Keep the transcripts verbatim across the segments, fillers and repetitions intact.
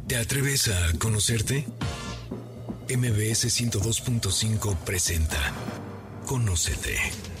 ¿Te atreves a conocerte? M B S ciento dos punto cinco presenta Conócete.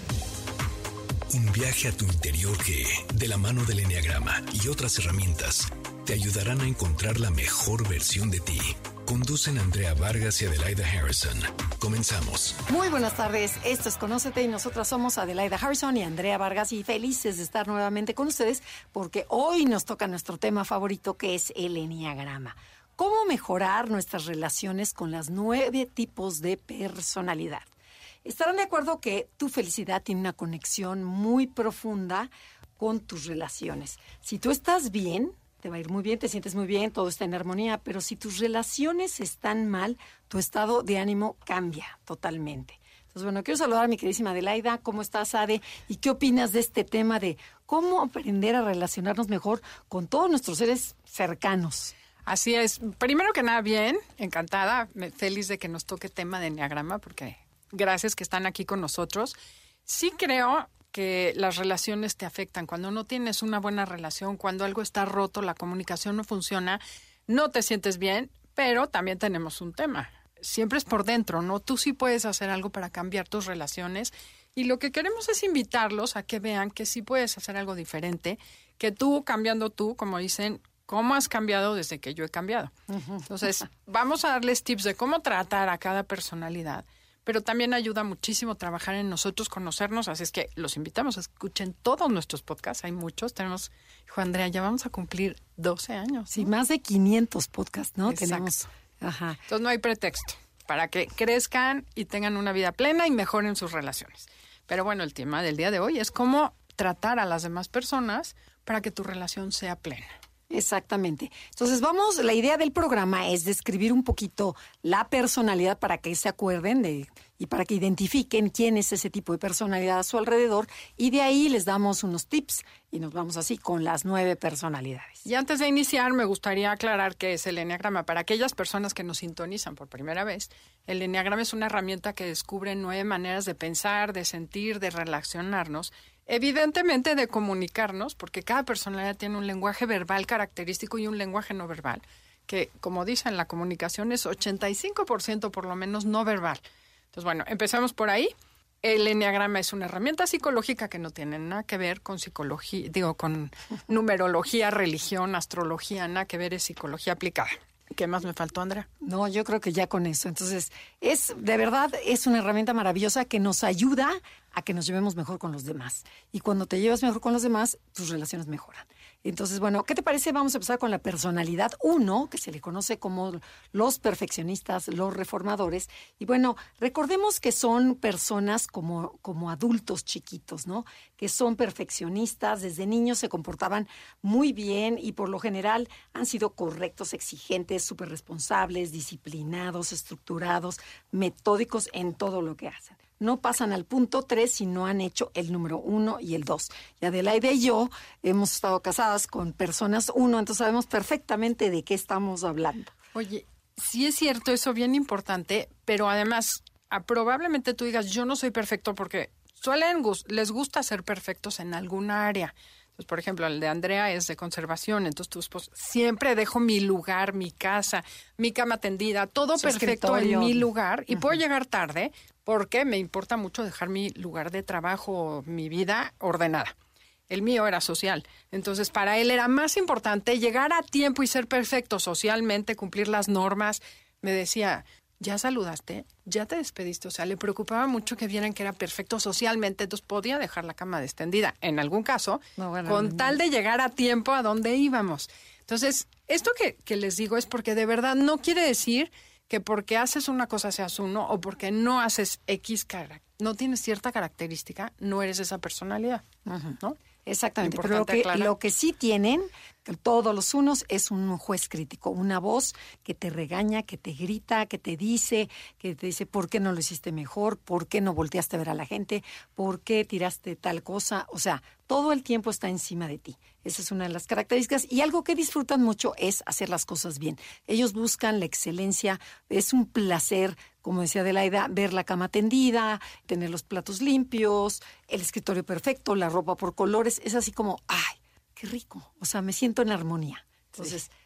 Un viaje a tu interior que, de la mano del Eneagrama y otras herramientas, te ayudarán a encontrar la mejor versión de ti. Conducen Andrea Vargas y Adelaida Harrison. Comenzamos. Muy buenas tardes, esto es Conócete y nosotras somos Adelaida Harrison y Andrea Vargas y felices de estar nuevamente con ustedes porque hoy nos toca nuestro tema favorito que es el Eneagrama. ¿Cómo mejorar nuestras relaciones con las nueve tipos de personalidad? Estarán de acuerdo que tu felicidad tiene una conexión muy profunda con tus relaciones. Si tú estás bien, te va a ir muy bien, te sientes muy bien, todo está en armonía, pero si tus relaciones están mal, tu estado de ánimo cambia totalmente. Entonces, bueno, quiero saludar a mi queridísima Adelaida. ¿Cómo estás, Ade? ¿Y qué opinas de este tema de cómo aprender a relacionarnos mejor con todos nuestros seres cercanos? Así es. Primero que nada, bien, encantada, feliz de que nos toque tema de Eneagrama, porque gracias que están aquí con nosotros. Sí creo que las relaciones te afectan. Cuando no tienes una buena relación, cuando algo está roto, la comunicación no funciona, no te sientes bien, pero también tenemos un tema. Siempre es por dentro, ¿no? Tú sí puedes hacer algo para cambiar tus relaciones y lo que queremos es invitarlos a que vean que sí puedes hacer algo diferente, que tú, cambiando tú, como dicen, ¿cómo has cambiado desde que yo he cambiado? Uh-huh. Entonces, vamos a darles tips de cómo tratar a cada personalidad, pero también ayuda muchísimo trabajar en nosotros, conocernos, así es que los invitamos a escuchen todos nuestros podcasts, hay muchos, tenemos, hijo Andrea, ya vamos a cumplir doce años. ¿No? Sí, más de quinientos podcasts, ¿no? Exacto. Tenemos. Ajá. Entonces no hay pretexto para que crezcan y tengan una vida plena y mejoren sus relaciones. Pero bueno, el tema del día de hoy es cómo tratar a las demás personas para que tu relación sea plena. Exactamente. Entonces vamos, la idea del programa es describir un poquito la personalidad para que se acuerden de y para que identifiquen quién es ese tipo de personalidad a su alrededor y de ahí les damos unos tips y nos vamos así con las nueve personalidades. Y antes de iniciar me gustaría aclarar qué es el Eneagrama. Para aquellas personas que nos sintonizan por primera vez, el Eneagrama es una herramienta que descubre nueve maneras de pensar, de sentir, de relacionarnos, evidentemente de comunicarnos, porque cada personalidad tiene un lenguaje verbal característico y un lenguaje no verbal, que como dicen, la comunicación es ochenta y cinco por ciento por lo menos no verbal. Entonces, bueno, empezamos por ahí. El Eneagrama es una herramienta psicológica que no tiene nada que ver con psicología, digo, con numerología, religión, astrología, nada que ver, es psicología aplicada. ¿Qué más me faltó, Andrea? No, yo creo que ya con eso. Entonces, es de verdad, es una herramienta maravillosa que nos ayuda a que nos llevemos mejor con los demás. Y cuando te llevas mejor con los demás, tus relaciones mejoran. Entonces, bueno, ¿qué te parece? Vamos a empezar con la personalidad uno, que se le conoce como los perfeccionistas, los reformadores. Y bueno, recordemos que son personas como, como adultos chiquitos, ¿no? Que son perfeccionistas, desde niños se comportaban muy bien y por lo general han sido correctos, exigentes, súper responsables, disciplinados, estructurados, metódicos en todo lo que hacen. No pasan al punto tres si no han hecho el número uno y el dos. Y Adelaida y yo hemos estado casadas con personas uno, entonces sabemos perfectamente de qué estamos hablando. Oye, sí es cierto, eso bien importante, pero además, ah, probablemente tú digas, yo no soy perfecto porque suelen les gusta ser perfectos en alguna área. Entonces, por ejemplo, el de Andrea es de conservación, entonces tu esposo, siempre dejo mi lugar, mi casa, mi cama tendida, todo Su perfecto escritorio. en mi lugar y Uh-huh. puedo llegar tarde porque me importa mucho dejar mi lugar de trabajo, mi vida ordenada. El mío era social. Entonces, para él era más importante llegar a tiempo y ser perfecto socialmente, cumplir las normas. Me decía, ¿ya saludaste? ¿Ya te despediste? O sea, le preocupaba mucho que vieran que era perfecto socialmente, entonces podía dejar la cama extendida, en algún caso, No, bueno, con no. tal de llegar a tiempo a donde íbamos. Entonces, esto que, que les digo es porque de verdad no quiere decir que porque haces una cosa seas uno o porque no haces X, cara, no tienes cierta característica, no eres esa personalidad, Uh-huh. ¿no? Exactamente, pero lo Importante que, aclarar. lo que sí tienen todos los unos es un juez crítico, una voz que te regaña, que te grita, que te dice, que te dice por qué no lo hiciste mejor, por qué no volteaste a ver a la gente, por qué tiraste tal cosa, o sea, todo el tiempo está encima de ti. Esa es una de las características y algo que disfrutan mucho es hacer las cosas bien. Ellos buscan la excelencia, es un placer, como decía Adelaida, ver la cama tendida, tener los platos limpios, el escritorio perfecto, la ropa por colores, es así como, ¡ay, qué rico! O sea, me siento en armonía. Entonces, Sí.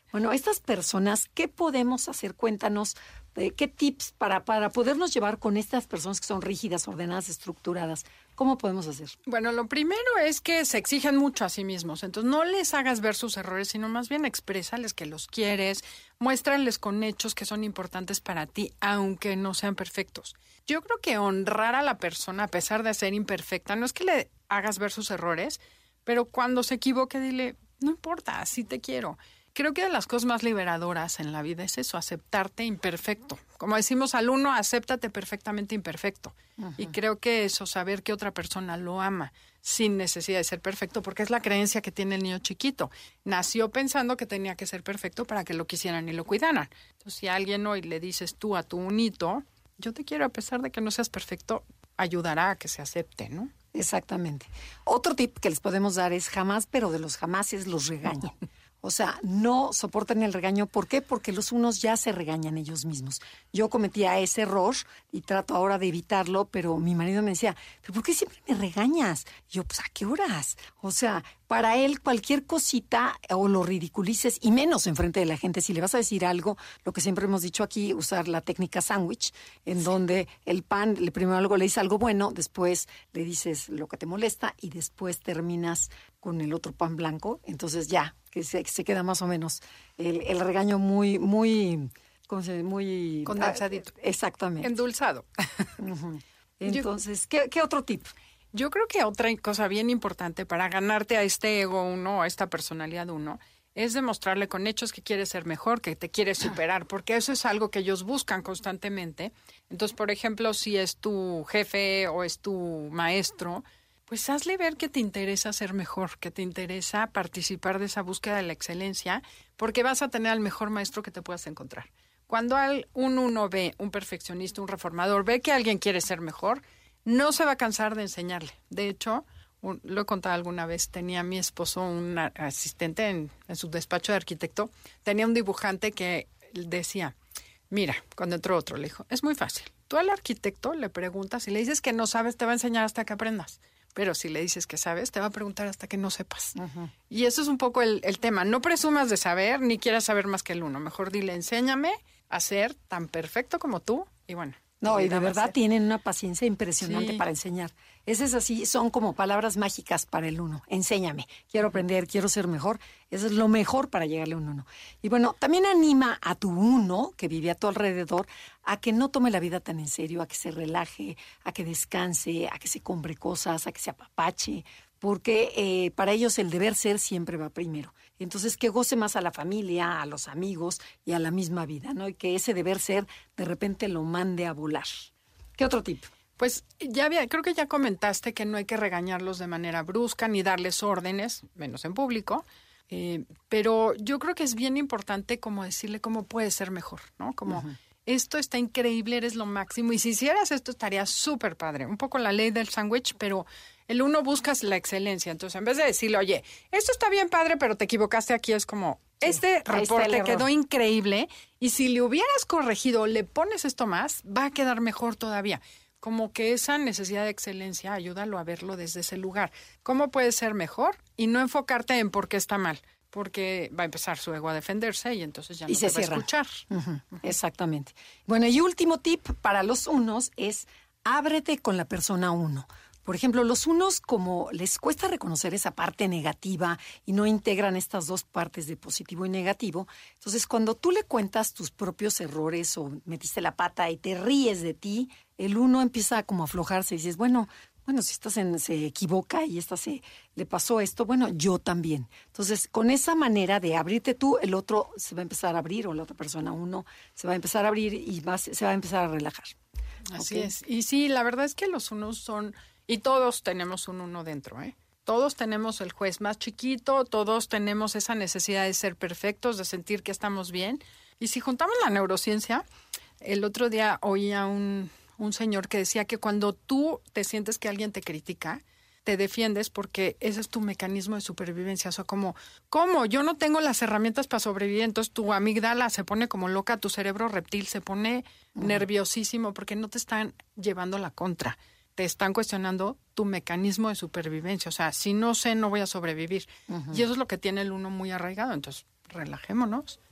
Bueno, estas personas, ¿qué podemos hacer? Cuéntanos, eh, ¿qué tips para, para podernos llevar con estas personas que son rígidas, ordenadas, estructuradas? ¿Cómo podemos hacer? Bueno, lo primero es que se exigen mucho a sí mismos. Entonces, no les hagas ver sus errores, sino más bien exprésales que los quieres, muéstrales con hechos que son importantes para ti, aunque no sean perfectos. Yo creo que honrar a la persona, a pesar de ser imperfecta, no es que le hagas ver sus errores, pero cuando se equivoque, dile, no importa, así te quiero. Creo que de las cosas más liberadoras en la vida es eso, aceptarte imperfecto. Como decimos al uno, acéptate perfectamente imperfecto. Uh-huh. Y creo que eso, saber que otra persona lo ama sin necesidad de ser perfecto, porque es la creencia que tiene el niño chiquito. Nació pensando que tenía que ser perfecto para que lo quisieran y lo cuidaran. Entonces, si a alguien hoy le dices tú a tu unito, yo te quiero a pesar de que no seas perfecto, ayudará a que se acepte, ¿no? Exactamente. Otro tip que les podemos dar es jamás, pero de los jamases los regañen. O sea, no soportan el regaño. ¿Por qué? Porque los unos ya se regañan ellos mismos. Yo cometía ese error y trato ahora de evitarlo, pero mi marido me decía, ¿pero por qué siempre me regañas? Y yo, pues, ¿a qué horas? O sea, para él cualquier cosita o lo ridiculices, y menos enfrente de la gente. Si le vas a decir algo, lo que siempre hemos dicho aquí, usar la técnica sándwich, en donde el pan, le primero algo le dices algo bueno, después le dices lo que te molesta y después terminas con el otro pan blanco. Entonces ya, que se, que se queda más o menos el, el regaño muy, muy, ¿cómo se dice? Muy condensadito. Ah, exactamente. Endulzado. Uh-huh. Entonces, ¿qué, ¿qué otro tip? Yo creo que otra cosa bien importante para ganarte a este ego uno, a esta personalidad uno, es demostrarle con hechos que quieres ser mejor, que te quieres superar, porque eso es algo que ellos buscan constantemente. Entonces, por ejemplo, si es tu jefe o es tu maestro, pues hazle ver que te interesa ser mejor, que te interesa participar de esa búsqueda de la excelencia, porque vas a tener al mejor maestro que te puedas encontrar. Cuando al, un uno ve, un perfeccionista, un reformador, ve que alguien quiere ser mejor, no se va a cansar de enseñarle. De hecho, un, lo he contado alguna vez, tenía mi esposo un asistente en, en su despacho de arquitecto, tenía un dibujante que decía, mira, cuando entró otro, le dijo, es muy fácil. Tú al arquitecto le preguntas y le dices que no sabes, te va a enseñar hasta que aprendas. Pero si le dices que sabes, te va a preguntar hasta que no sepas. Uh-huh. Y eso es un poco el, el tema. No presumas de saber, ni quieras saber más que el uno. Mejor dile, enséñame a ser tan perfecto como tú. Y bueno. No, y de verdad tienen una paciencia impresionante sí. para enseñar. Ese es así, son como palabras mágicas para el uno. Enséñame, quiero aprender, quiero ser mejor. Eso es lo mejor para llegarle a un uno. Y bueno, también anima a tu uno, que vive a tu alrededor, a que no tome la vida tan en serio, a que se relaje, a que descanse, a que se compre cosas, a que se apapache, porque eh, para ellos el deber ser siempre va primero. Entonces, que goce más a la familia, a los amigos y a la misma vida, ¿no? Y que ese deber ser de repente lo mande a volar. ¿Qué otro tip? Pues ya había, creo que ya comentaste que no hay que regañarlos de manera brusca ni darles órdenes, menos en público. Eh, pero yo creo que es bien importante como decirle cómo puede ser mejor, ¿no? Como uh-huh. esto está increíble, eres lo máximo. Y si hicieras esto estaría súper padre. Un poco la ley del sándwich, pero el uno busca la excelencia. Entonces, en vez de decirle, oye, esto está bien padre, pero te equivocaste aquí, es como, sí, este reporte quedó increíble y si le hubieras corregido, le pones esto más, va a quedar mejor todavía. Como que esa necesidad de excelencia, ayúdalo a verlo desde ese lugar. ¿Cómo puede ser mejor? Y no enfocarte en por qué está mal, porque va a empezar su ego a defenderse y entonces ya no y te se va cierra. a escuchar. Uh-huh. Uh-huh. Exactamente. Bueno, y último tip para los unos es ábrete con la persona uno. Por ejemplo, los unos, como les cuesta reconocer esa parte negativa y no integran estas dos partes de positivo y negativo, entonces cuando tú le cuentas tus propios errores o metiste la pata y te ríes de ti, el uno empieza como a aflojarse y dices, bueno, bueno, si esta se, se equivoca y esta se le pasó esto, bueno, yo también. Entonces, con esa manera de abrirte tú, el otro se va a empezar a abrir o la otra persona, uno, se va a empezar a abrir y va, se va a empezar a relajar. Así ¿Okay? es. Y sí, la verdad es que los unos son... Y todos tenemos un uno dentro, ¿eh? Todos tenemos el juez más chiquito, todos tenemos esa necesidad de ser perfectos, de sentir que estamos bien. Y si juntamos la neurociencia, el otro día oía un, un señor que decía que cuando tú te sientes que alguien te critica, te defiendes porque ese es tu mecanismo de supervivencia. O sea, como, ¿cómo? Yo no tengo las herramientas para sobrevivir, entonces tu amígdala se pone como loca, tu cerebro reptil se pone uh-huh. nerviosísimo porque no te están llevando la contra. Te están cuestionando tu mecanismo de supervivencia. O sea, si no sé, no voy a sobrevivir. Uh-huh. Y eso es lo que tiene el uno muy arraigado. Entonces, relajémonos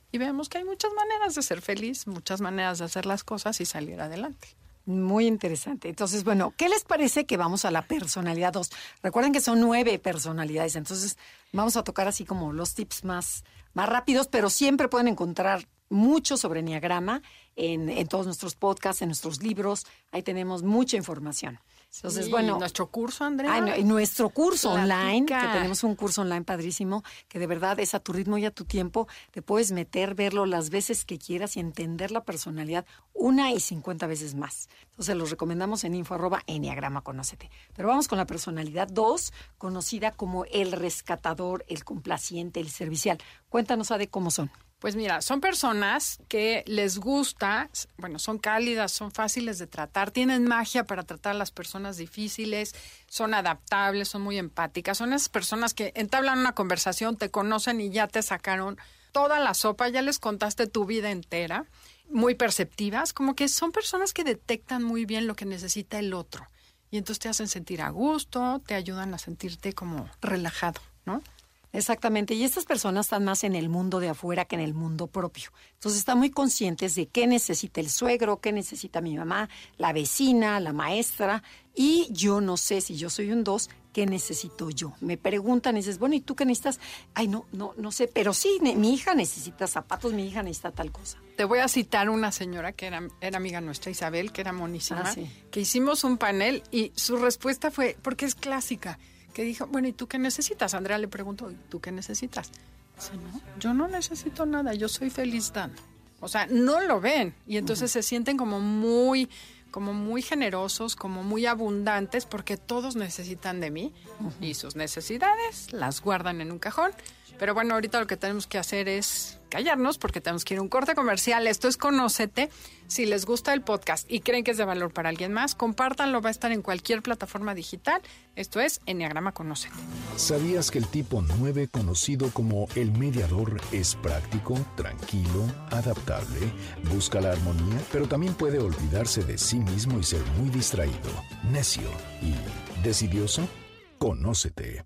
y vemos que hay muchas maneras de ser feliz, muchas maneras de hacer las cosas y salir adelante. Muy interesante. Entonces, bueno, ¿qué les parece que vamos a la personalidad dos? Recuerden que son nueve personalidades, entonces vamos a tocar así como los tips más, más rápidos, pero siempre pueden encontrar mucho sobre Enneagrama en, en todos nuestros podcasts, en nuestros libros. Ahí tenemos mucha información. Entonces, Sí, bueno. nuestro curso, Andrea. Ay, no, y nuestro curso Platica. online, que tenemos un curso online padrísimo, que de verdad es a tu ritmo y a tu tiempo. Te puedes meter, verlo las veces que quieras y entender la personalidad una y cincuenta veces más. Entonces, los recomendamos en info arroba Enneagrama Conócete. Pero vamos con la personalidad dos, conocida como el rescatador, el complaciente, el servicial. Cuéntanos, Ade, cómo son. Pues mira, son personas que les gusta, bueno, son cálidas, son fáciles de tratar, tienen magia para tratar a las personas difíciles, son adaptables, son muy empáticas, son esas personas que entablan una conversación, te conocen y ya te sacaron toda la sopa, ya les contaste tu vida entera, muy perceptivas, como que son personas que detectan muy bien lo que necesita el otro y entonces te hacen sentir a gusto, te ayudan a sentirte como relajado, ¿no? Exactamente, y estas personas están más en el mundo de afuera que en el mundo propio. Entonces están muy conscientes de qué necesita el suegro, qué necesita mi mamá, la vecina, la maestra, y yo no sé si yo soy un dos, ¿qué necesito yo? Me preguntan y dices, bueno, ¿y tú qué necesitas? Ay, no, no, no sé, pero sí, ne- mi hija necesita zapatos, mi hija necesita tal cosa. Te voy a citar una señora que era, era amiga nuestra, Isabel, que era monísima, Ah, sí. que hicimos un panel y su respuesta fue, porque es clásica, que dijo, bueno, ¿y tú qué necesitas? Andrea le preguntó, ¿y tú qué necesitas? Dice, no, yo no necesito nada, yo soy feliz dando. O sea, no lo ven y entonces uh-huh. se sienten como muy, como muy generosos, como muy abundantes porque todos necesitan de mí uh-huh. y sus necesidades las guardan en un cajón. Pero bueno, ahorita lo que tenemos que hacer es callarnos porque tenemos que ir a un corte comercial. Esto es Conócete. Si les gusta el podcast y creen que es de valor para alguien más, compártanlo. Va a estar en cualquier plataforma digital. Esto es Enneagrama Conócete. ¿Sabías que el tipo nueve, conocido como el mediador, es práctico, tranquilo, adaptable, busca la armonía, pero también puede olvidarse de sí mismo y ser muy distraído, necio y decidioso? Conócete.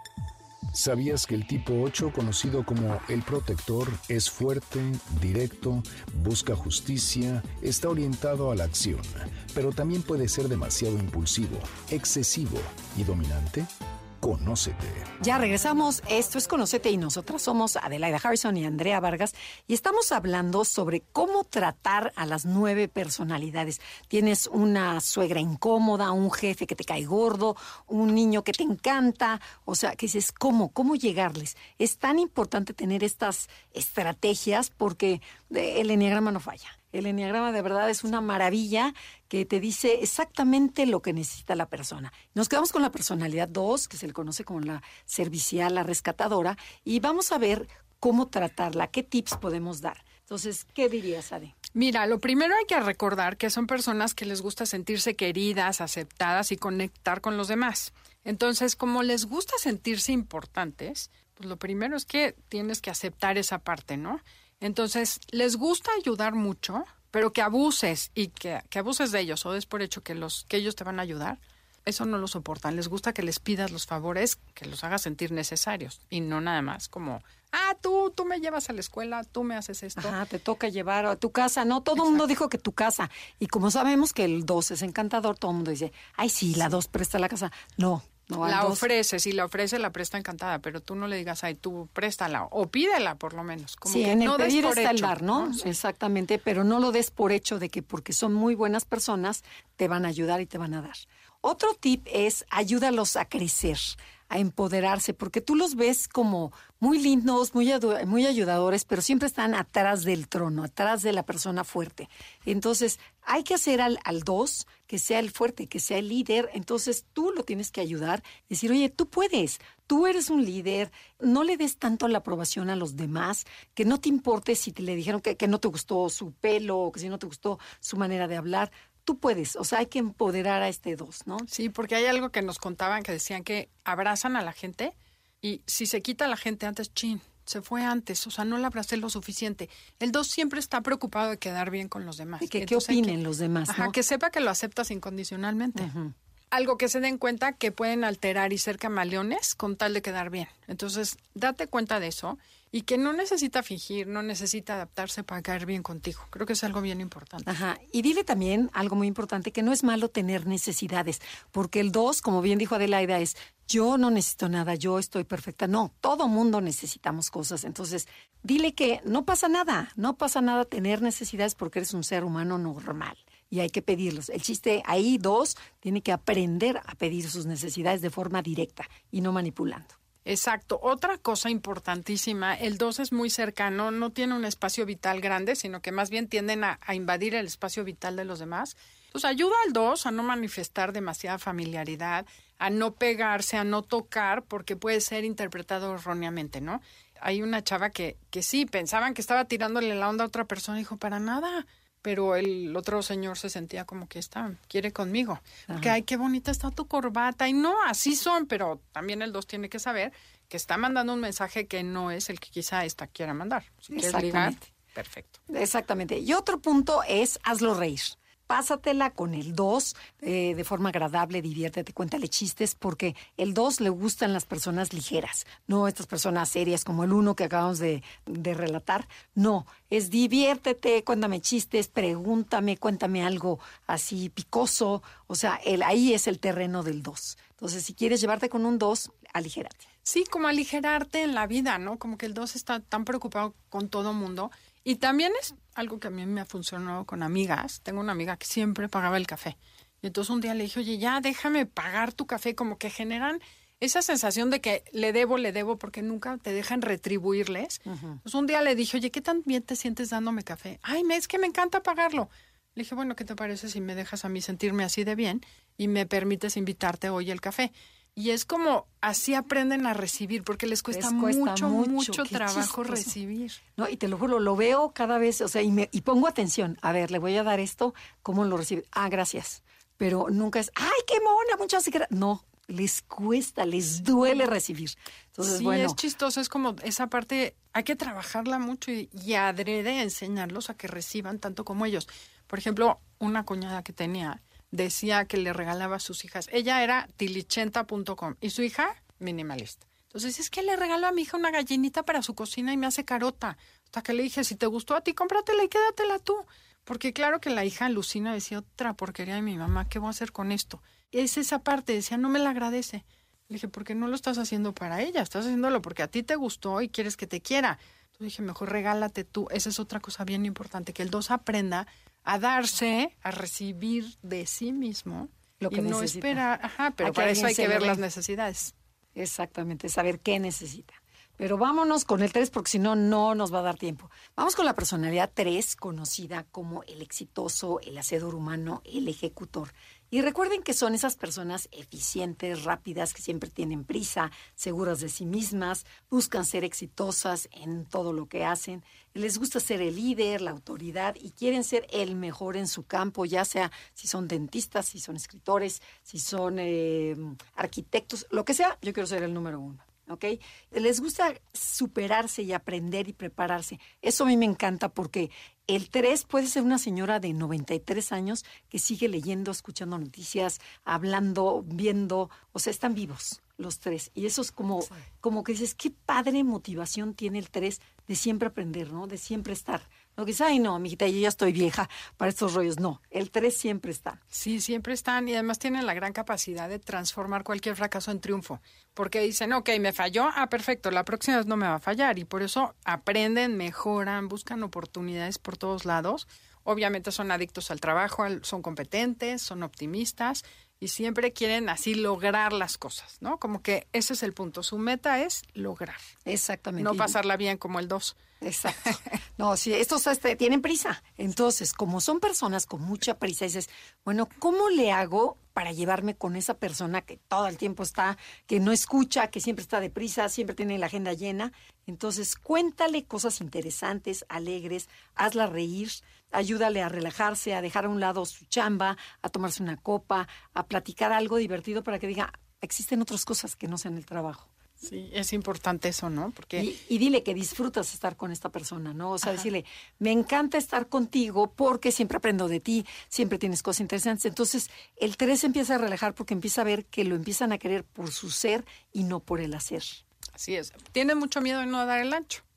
¿Sabías que el tipo ocho, conocido como el protector, es fuerte, directo, busca justicia, está orientado a la acción, pero también puede ser demasiado impulsivo, excesivo y dominante? Conócete. Ya regresamos. Esto es Conócete y nosotras somos Adelaida Harrison y Andrea Vargas y estamos hablando sobre cómo tratar a las nueve personalidades. Tienes una suegra incómoda, un jefe que te cae gordo, un niño que te encanta, o sea, que dices, ¿cómo? ¿Cómo llegarles? Es tan importante tener estas estrategias porque el enneagrama no falla. El enneagrama de verdad es una maravilla que te dice exactamente lo que necesita la persona. Nos quedamos con la personalidad dos, que se le conoce como la servicial, la rescatadora, y vamos a ver cómo tratarla, qué tips podemos dar. Entonces, ¿qué dirías, Ade? Mira, lo primero hay que recordar que son personas que les gusta sentirse queridas, aceptadas y conectar con los demás. Entonces, como les gusta sentirse importantes, pues lo primero es que tienes que aceptar esa parte, ¿no? Entonces, les gusta ayudar mucho, pero que abuses y que, que abuses de ellos o des por hecho que, los, que ellos te van a ayudar, eso no lo soportan. Les gusta que les pidas los favores, que los hagas sentir necesarios y no nada más como, ah, tú, tú me llevas a la escuela, tú me haces esto. Ajá, te toca llevar a tu casa. No, todo el mundo dijo que tu casa. Y como sabemos que el dos es encantador, todo el mundo dice, ay, sí, la dos presta la casa. No. No, la dos. ofrece, si la ofrece, la presta encantada, pero tú no le digas, ay, tú préstala, o pídela por lo menos. Como sí, que en el no pedir des por está hecho, el dar, ¿no? ¿no? Sí. Exactamente, pero no lo des por hecho de que porque son muy buenas personas, te van a ayudar y te van a dar. Otro tip es ayúdalos a crecer, a empoderarse, porque tú los ves como muy lindos, muy, muy ayudadores, pero siempre están atrás del trono, atrás de la persona fuerte. Entonces, hay que hacer al, al dos que sea el fuerte, que sea el líder. Entonces, tú lo tienes que ayudar, decir, oye, tú puedes, tú eres un líder, no le des tanto la aprobación a los demás, que no te importe si te le dijeron que, que no te gustó su pelo, o que si no te gustó su manera de hablar. Tú puedes, o sea, hay que empoderar a este dos, ¿no? Sí, porque hay algo que nos contaban que decían que abrazan a la gente y si se quita la gente antes, chin, se fue antes, o sea, no la abracé lo suficiente. El dos siempre está preocupado de quedar bien con los demás. De que, ¿qué opinen que, los demás, ajá, ¿no? que sepa que lo aceptas incondicionalmente. Uh-huh. Algo que se den cuenta que pueden alterar y ser camaleones con tal de quedar bien. Entonces, date cuenta de eso y que no necesita fingir, no necesita adaptarse para caer bien contigo. Creo que es algo bien importante. Ajá. Y dile también algo muy importante, que no es malo tener necesidades, porque el dos, como bien dijo Adelaida, es yo no necesito nada, yo estoy perfecta. No, todo mundo necesitamos cosas. Entonces, dile que no pasa nada, no pasa nada tener necesidades porque eres un ser humano normal y hay que pedirlos. El chiste ahí, dos, tiene que aprender a pedir sus necesidades de forma directa y no manipulando. Exacto. Otra cosa importantísima, el dos es muy cercano, no tiene un espacio vital grande, sino que más bien tienden a, a invadir el espacio vital de los demás. Entonces, ayuda al dos a no manifestar demasiada familiaridad, a no pegarse, a no tocar, porque puede ser interpretado erróneamente, ¿no? Hay una chava que, que sí, pensaban que estaba tirándole la onda a otra persona, y dijo, para nada. Pero el otro señor se sentía como que está, quiere conmigo. Porque, ay, qué bonita está tu corbata. Y no, así son, pero también el dos tiene que saber que está mandando un mensaje que no es el que quizá esta quiera mandar. Si quieres ligar, perfecto. Exactamente. Y otro punto es, hazlo reír. Pásatela con el dos eh, de forma agradable, diviértete, cuéntale chistes, porque el dos le gustan las personas ligeras, no estas personas serias como el uno que acabamos de, de relatar. No, es diviértete, cuéntame chistes, pregúntame, cuéntame algo así picoso. O sea, el, ahí es el terreno del dos. Entonces, si quieres llevarte con un dos, aligérate. Sí, como aligerarte en la vida, ¿no? Como que el dos está tan preocupado con todo mundo. Y también es algo que a mí me ha funcionado con amigas. Tengo una amiga que siempre pagaba el café. Y entonces un día le dije, oye, ya déjame pagar tu café. Como que generan esa sensación de que le debo, le debo, porque nunca te dejan retribuirles. Uh-huh. Entonces un día le dije, oye, ¿qué tan bien te sientes dándome café? Ay, me, es que me encanta pagarlo. Le dije, bueno, ¿qué te parece si me dejas a mí sentirme así de bien y me permites invitarte hoy el café? Y es como, así aprenden a recibir, porque les cuesta, les cuesta mucho, mucho, mucho trabajo chistoso. recibir. No, y te lo juro, lo veo cada vez, o sea, y, me, y pongo atención. A ver, le voy a dar esto, ¿cómo lo recibe? Ah, gracias. Pero nunca es, ¡ay, qué mona! Muchas gracias. No, les cuesta, les duele recibir. Entonces, sí, bueno. Es chistoso, es como esa parte, hay que trabajarla mucho y, y adrede enseñarlos a que reciban tanto como ellos. Por ejemplo, una cuñada que tenía decía que le regalaba a sus hijas. Ella era tilichenta punto com y su hija, minimalista. Entonces, es que le regalo a mi hija una gallinita para su cocina y me hace carota. Hasta que le dije, si te gustó a ti, cómpratela y quédatela tú. Porque claro que la hija alucina, decía, otra porquería de mi mamá, ¿qué voy a hacer con esto? Y es esa parte, decía, no me la agradece. Le dije, ¿por qué no lo estás haciendo para ella? Estás haciéndolo porque a ti te gustó y quieres que te quiera. Entonces dije, mejor regálate tú. Esa es otra cosa bien importante, que el dos aprenda a darse, a recibir de sí mismo lo que y no necesita. Esperar, ajá, pero para eso hay que ver las necesidades. Exactamente, saber qué necesita. Pero vámonos con el tres, porque si no, no nos va a dar tiempo. Vamos con la personalidad tres, conocida como el exitoso, el hacedor humano, el ejecutor. Y recuerden que son esas personas eficientes, rápidas, que siempre tienen prisa, seguras de sí mismas, buscan ser exitosas en todo lo que hacen. Les gusta ser el líder, la autoridad y quieren ser el mejor en su campo, ya sea si son dentistas, si son escritores, si son eh, arquitectos, lo que sea, yo quiero ser el número uno. ¿Ok? Les gusta superarse y aprender y prepararse. Eso a mí me encanta porque el tres puede ser una señora de noventa y tres años que sigue leyendo, escuchando noticias, hablando, viendo, o sea, están vivos los tres. Y eso es como, sí. como que dices, qué padre motivación tiene el tres de siempre aprender, ¿no? De siempre estar. No que dices, ay, no, mijita, yo ya estoy vieja para estos rollos. No, el tres siempre está. Sí, siempre están y además tienen la gran capacidad de transformar cualquier fracaso en triunfo. Porque dicen, ok, me falló, ah, perfecto, la próxima vez no me va a fallar. Y por eso aprenden, mejoran, buscan oportunidades por todos lados. Obviamente son adictos al trabajo, son competentes, son optimistas y siempre quieren así lograr las cosas, ¿no? Como que ese es el punto. Su meta es lograr. Exactamente. No pasarla bien como el dos. Exacto. No, sí, estos este, tienen prisa. Entonces, como son personas con mucha prisa, dices, bueno, ¿cómo le hago para llevarme con esa persona que todo el tiempo está, que no escucha, que siempre está deprisa, siempre tiene la agenda llena? Entonces, cuéntale cosas interesantes, alegres, hazla reír, ayúdale a relajarse, a dejar a un lado su chamba, a tomarse una copa, a platicar algo divertido para que diga, existen otras cosas que no sean el trabajo. Sí, es importante eso, ¿no? Porque y, y dile que disfrutas estar con esta persona, ¿no? O sea, Ajá. decirle, me encanta estar contigo porque siempre aprendo de ti, siempre tienes cosas interesantes. Entonces, el tres empieza a relajar porque empieza a ver que lo empiezan a querer por su ser y no por el hacer. Así es. Tiene mucho miedo de no dar el ancho.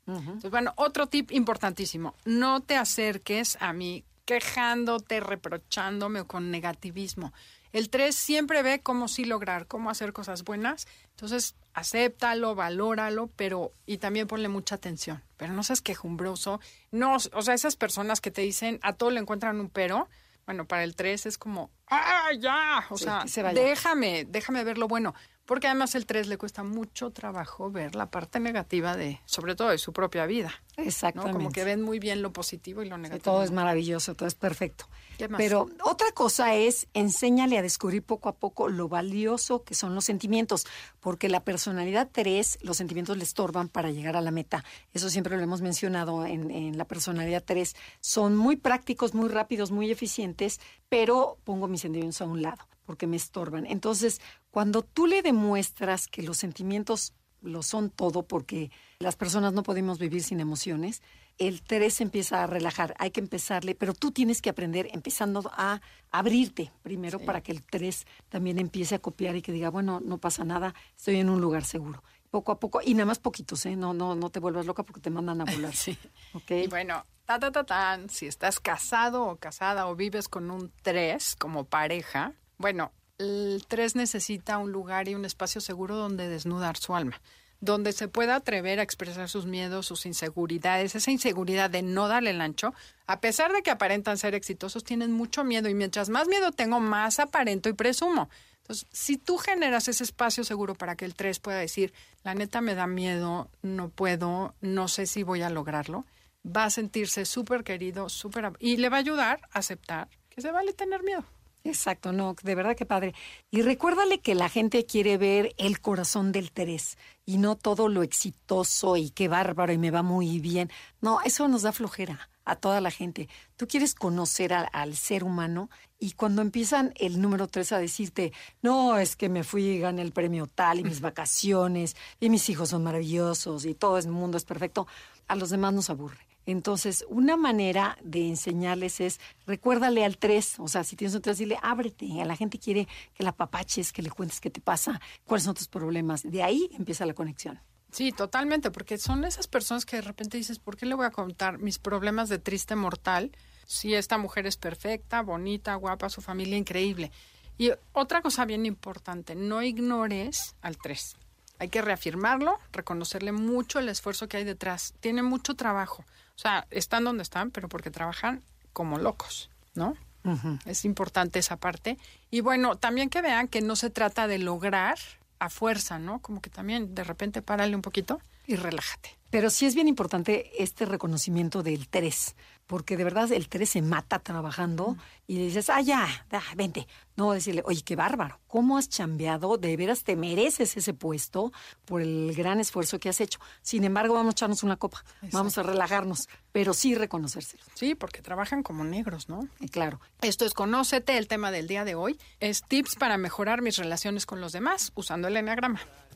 Uh-huh. Entonces, bueno, otro tip importantísimo, no te acerques a mí quejándote, reprochándome o con negativismo. El tres siempre ve cómo sí lograr, cómo hacer cosas buenas. Entonces, acéptalo, valóralo, pero y también ponle mucha atención. Pero no seas quejumbroso. No, o sea, esas personas que te dicen a todo le encuentran un pero. Bueno, para el tres es como, ¡ah, ya! O sí, sea, se déjame, déjame ver lo bueno. Porque además el tres le cuesta mucho trabajo ver la parte negativa de, sobre todo de su propia vida. Exactamente. ¿No? Como que ven muy bien lo positivo y lo negativo. Sí, todo es maravilloso, todo es perfecto. ¿Qué más? Pero otra cosa es, enséñale a descubrir poco a poco lo valioso que son los sentimientos, porque la personalidad tres, los sentimientos le estorban para llegar a la meta. Eso siempre lo hemos mencionado en, en la personalidad tres. Son muy prácticos, muy rápidos, muy eficientes, pero pongo mis sentimientos a un lado, porque me estorban. Entonces, cuando tú le demuestras que los sentimientos lo son todo, porque las personas no podemos vivir sin emociones, el tres empieza a relajar. Hay que empezarle, pero tú tienes que aprender empezando a abrirte primero sí. para que el tres también empiece a copiar y que diga, bueno, no pasa nada, estoy en un lugar seguro. Poco a poco, y nada más poquitos, ¿eh? No, no, no te vuelvas loca porque te mandan a volar. Sí. ¿Okay? Y bueno, ta, ta, ta, tan, si estás casado o casada o vives con un tres como pareja, bueno, el tres necesita un lugar y un espacio seguro donde desnudar su alma, donde se pueda atrever a expresar sus miedos, sus inseguridades, esa inseguridad de no darle el ancho, a pesar de que aparentan ser exitosos, tienen mucho miedo y mientras más miedo tengo, más aparento y presumo. Entonces, si tú generas ese espacio seguro para que el tres pueda decir, la neta me da miedo, no puedo, no sé si voy a lograrlo, va a sentirse súper querido, súper... y le va a ayudar a aceptar que se vale tener miedo. Exacto, no, de verdad que padre. Y recuérdale que la gente quiere ver el corazón del tres y no todo lo exitoso y qué bárbaro y me va muy bien. No, eso nos da flojera a toda la gente. Tú quieres conocer a, al ser humano y cuando empiezan el número tres a decirte, no, es que me fui y gané el premio tal y mis vacaciones y mis hijos son maravillosos y todo el mundo es perfecto, a los demás nos aburre. Entonces, una manera de enseñarles es, recuérdale al tres, o sea, si tienes un tres, dile, ábrete, a la gente quiere que la apapaches, que le cuentes qué te pasa, cuáles son tus problemas. De ahí empieza la conexión. Sí, totalmente, porque son esas personas que de repente dices, ¿por qué le voy a contar mis problemas de triste mortal si esta mujer es perfecta, bonita, guapa, su familia increíble? Y otra cosa bien importante, no ignores al tres. Hay que reafirmarlo, reconocerle mucho el esfuerzo que hay detrás. Tiene mucho trabajo. O sea, están donde están, pero porque trabajan como locos, ¿no? Uh-huh. Es importante esa parte. Y bueno, también que vean que no se trata de lograr a fuerza, ¿no? Como que también de repente párale un poquito y relájate. Pero sí es bien importante este reconocimiento del tres, porque de verdad el tres se mata trabajando y le dices, ah, ya, ah, vente. No, decirle, oye, qué bárbaro, ¿cómo has chambeado? De veras te mereces ese puesto por el gran esfuerzo que has hecho. Sin embargo, vamos a echarnos una copa, exacto, vamos a relajarnos, pero sí reconocérselo. Sí, porque trabajan como negros, ¿no? Y claro. Esto es Conócete, el tema del día de hoy. Es tips para mejorar mis relaciones con los demás usando el eneagrama.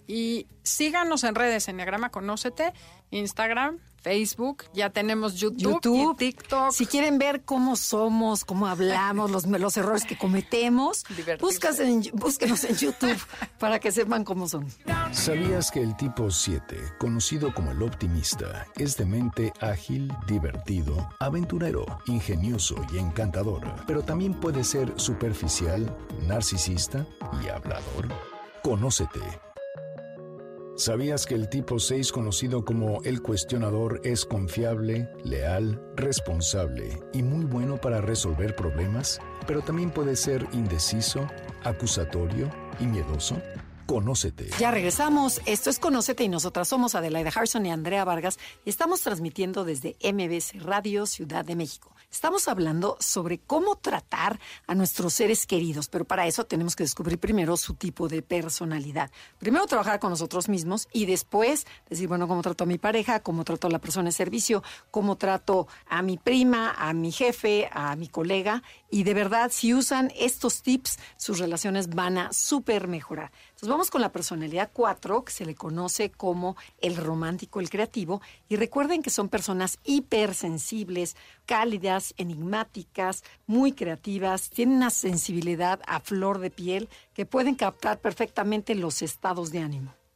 Y síganos en redes, Eneagrama Conócete, Instagram, Facebook, ya tenemos YouTube, YouTube y TikTok. Si quieren ver cómo somos, cómo hablamos, los, los errores que cometemos, en, búsquenos en YouTube para que sepan cómo son. ¿Sabías que el tipo siete, conocido como el optimista, es de mente ágil, divertido, aventurero, ingenioso y encantador, pero también puede ser superficial, narcisista y hablador? Conócete. ¿Sabías que el tipo seis, conocido como el cuestionador, es confiable, leal, responsable y muy bueno para resolver problemas, pero también puede ser indeciso, acusatorio y miedoso? Conócete. Ya regresamos. Esto es Conócete y nosotras somos Adelaida Harrison y Andrea Vargas y estamos transmitiendo desde M B C Radio Ciudad de México. Estamos hablando sobre cómo tratar a nuestros seres queridos, pero para eso tenemos que descubrir primero su tipo de personalidad. Primero trabajar con nosotros mismos y después decir, bueno, cómo trato a mi pareja, cómo trato a la persona de servicio, cómo trato a mi prima, a mi jefe, a mi colega. Y de verdad, si usan estos tips, sus relaciones van a súper mejorar. Entonces vamos con la personalidad cuatro, que se le conoce como el romántico, el creativo. Y recuerden que son personas hipersensibles, cálidas, enigmáticas, muy creativas, tienen una sensibilidad a flor de piel que pueden captar perfectamente los estados de ánimo.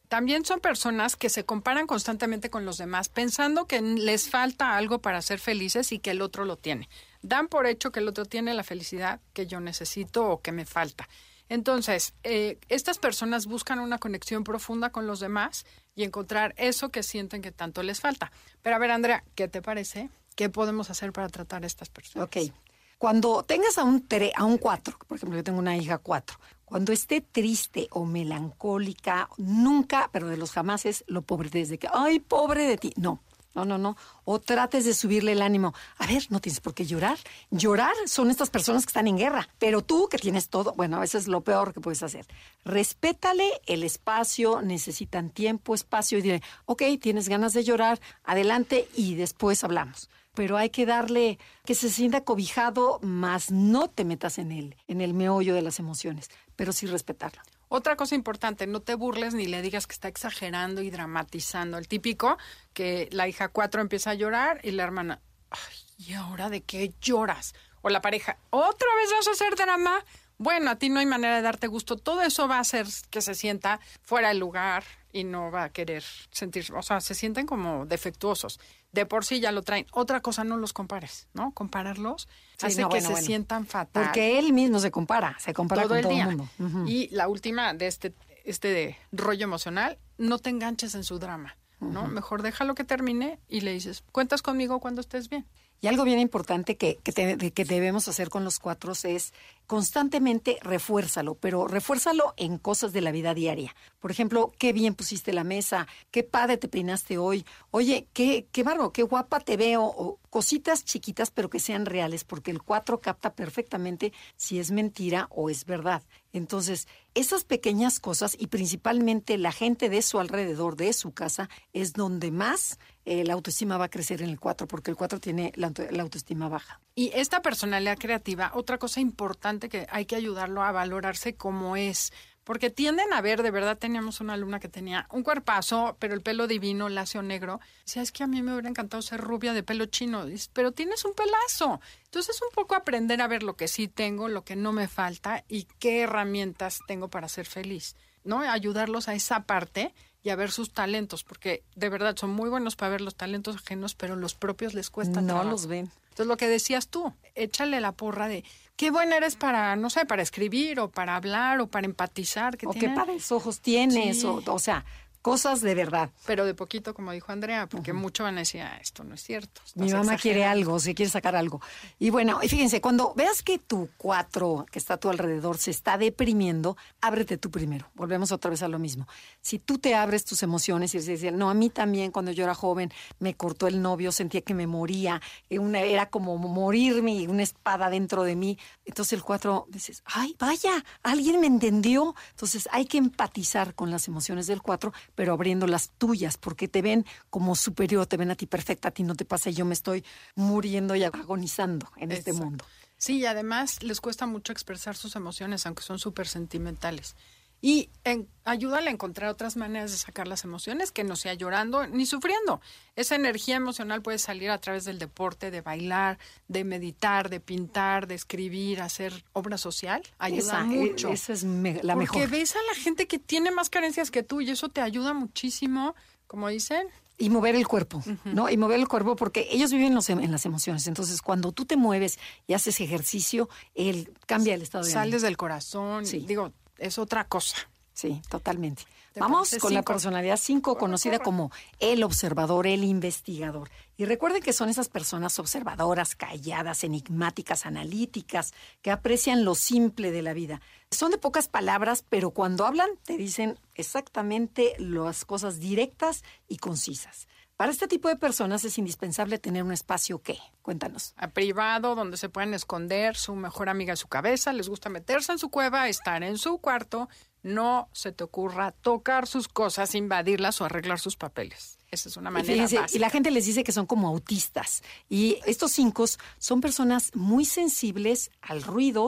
también son personas que se comparan constantemente con los demás, pensando que les falta algo para ser felices y que el otro lo tiene. Dan por hecho que el otro tiene la felicidad que yo necesito o que me falta. Entonces, eh, estas personas buscan una conexión profunda con los demás y encontrar eso que sienten que tanto les falta. Pero a ver, Andrea, ¿qué te parece? ¿Qué podemos hacer para tratar a estas personas? Ok. Cuando tengas a un tre- a un cuatro, por ejemplo, yo tengo una hija cuatro, cuando esté triste o melancólica, nunca, pero de los jamases, lo pobre desde que, ay, pobre de ti. No. No, no, no. O trates de subirle el ánimo. A ver, no tienes por qué llorar. Llorar son estas personas que están en guerra. Pero tú, que tienes todo, bueno, a veces es lo peor que puedes hacer. Respétale el espacio, necesitan tiempo, espacio, y dile, ok, tienes ganas de llorar, adelante, y después hablamos. Pero hay que darle que se sienta cobijado, más no te metas en él, en el meollo de las emociones, pero sí respetarlo. Otra cosa importante, no te burles ni le digas que está exagerando y dramatizando. El típico que la hija cuatro empieza a llorar y la hermana, ay, ¿y ahora de qué lloras? O la pareja, ¿otra vez vas a hacer drama? Bueno, a ti no hay manera de darte gusto. Todo eso va a hacer que se sienta fuera del lugar y no va a querer sentir, o sea, se sienten como defectuosos. De por sí ya lo traen. Otra cosa, no los compares, ¿no? Compararlos Sí, hace no, que bueno, se bueno. sientan fatal. Porque él mismo se compara, se compara todo con el todo día. el mundo. Ujú. Y la última de este, este de rollo emocional, no te enganches en su drama, ¿no? Uh-huh. Mejor déjalo que termine y le dices, cuentas conmigo cuando estés bien. Y algo bien importante que, que, te, que debemos hacer con los cuatro es constantemente refuérzalo, pero refuérzalo en cosas de la vida diaria. Por ejemplo, qué bien pusiste la mesa, qué padre te peinaste hoy, oye, qué, qué bárbaro, qué guapa te veo, o cositas chiquitas pero que sean reales, porque el cuatro capta perfectamente si es mentira o es verdad. Entonces, esas pequeñas cosas y principalmente la gente de su alrededor, de su casa, es donde más eh, la autoestima va a crecer en el cuatro, porque el cuatro tiene la, la autoestima baja. Y esta personalidad creativa, otra cosa importante que hay que ayudarlo a valorarse como es, porque tienden a ver, de verdad teníamos una alumna que tenía un cuerpazo, pero el pelo divino, lacio negro. Decía, es que a mí me hubiera encantado ser rubia de pelo chino, pero tienes un pelazo. Entonces, un poco aprender a ver lo que sí tengo, lo que no me falta y qué herramientas tengo para ser feliz, ¿no? Ayudarlos a esa parte y a ver sus talentos, porque de verdad son muy buenos para ver los talentos ajenos, pero los propios les cuesta No trabajo. los ven. Entonces, lo que decías tú, échale la porra de qué buena eres para, no sé, para escribir o para hablar o para empatizar. Que o tienen... qué padres ojos tienes, Sí. o, o sea, cosas de verdad. Pero de poquito, como dijo Andrea, porque uh-huh. mucho van a decir, ah, esto no es cierto. Mi mamá quiere algo, se quiere sacar algo. Y bueno, y fíjense, cuando veas que tu cuatro que está a tu alrededor se está deprimiendo, ábrete tú primero. Volvemos otra vez a lo mismo. Si tú te abres tus emociones y dices, no, a mí también cuando yo era joven me cortó el novio, sentía que me moría, una, era como morirme, una espada dentro de mí. Entonces el cuatro dices, ay, vaya, alguien me entendió. Entonces hay que empatizar con las emociones del cuatro, pero abriendo las tuyas, porque te ven como superior, te ven a ti perfecta, a ti no te pasa y yo me estoy muriendo y agonizando en Exacto. este mundo. Sí, y además les cuesta mucho expresar sus emociones, aunque son súper sentimentales. Y en, ayúdale a encontrar otras maneras de sacar las emociones, que no sea llorando ni sufriendo. Esa energía emocional puede salir a través del deporte, de bailar, de meditar, de pintar, de escribir, hacer obra social. Ayuda esa, mucho. Esa es me, la Porque mejor. Porque ves a la gente que tiene más carencias que tú y eso te ayuda muchísimo, como dicen. Y mover el cuerpo, uh-huh. ¿no? Y mover el cuerpo porque ellos viven los, en las emociones. Entonces, cuando tú te mueves y haces ejercicio, él cambia el estado de ánimo. Sales del corazón. Sí. Digo, es otra cosa. Sí, totalmente. Vamos con cinco. La personalidad cinco, conocida corre. como el observador, el investigador. Y recuerden que son esas personas observadoras, calladas, enigmáticas, analíticas, que aprecian lo simple de la vida. Son de pocas palabras, pero cuando hablan te dicen exactamente las cosas directas y concisas. Para este tipo de personas es indispensable tener un espacio, ¿qué? Cuéntanos. A privado, donde se pueden esconder, su mejor amiga en su cabeza, les gusta meterse en su cueva, estar en su cuarto. No se te ocurra tocar sus cosas, invadirlas o arreglar sus papeles. Esa es una manera Fíjense, básica. Y la gente les dice que son como autistas. Y estos cinco son personas muy sensibles al ruido,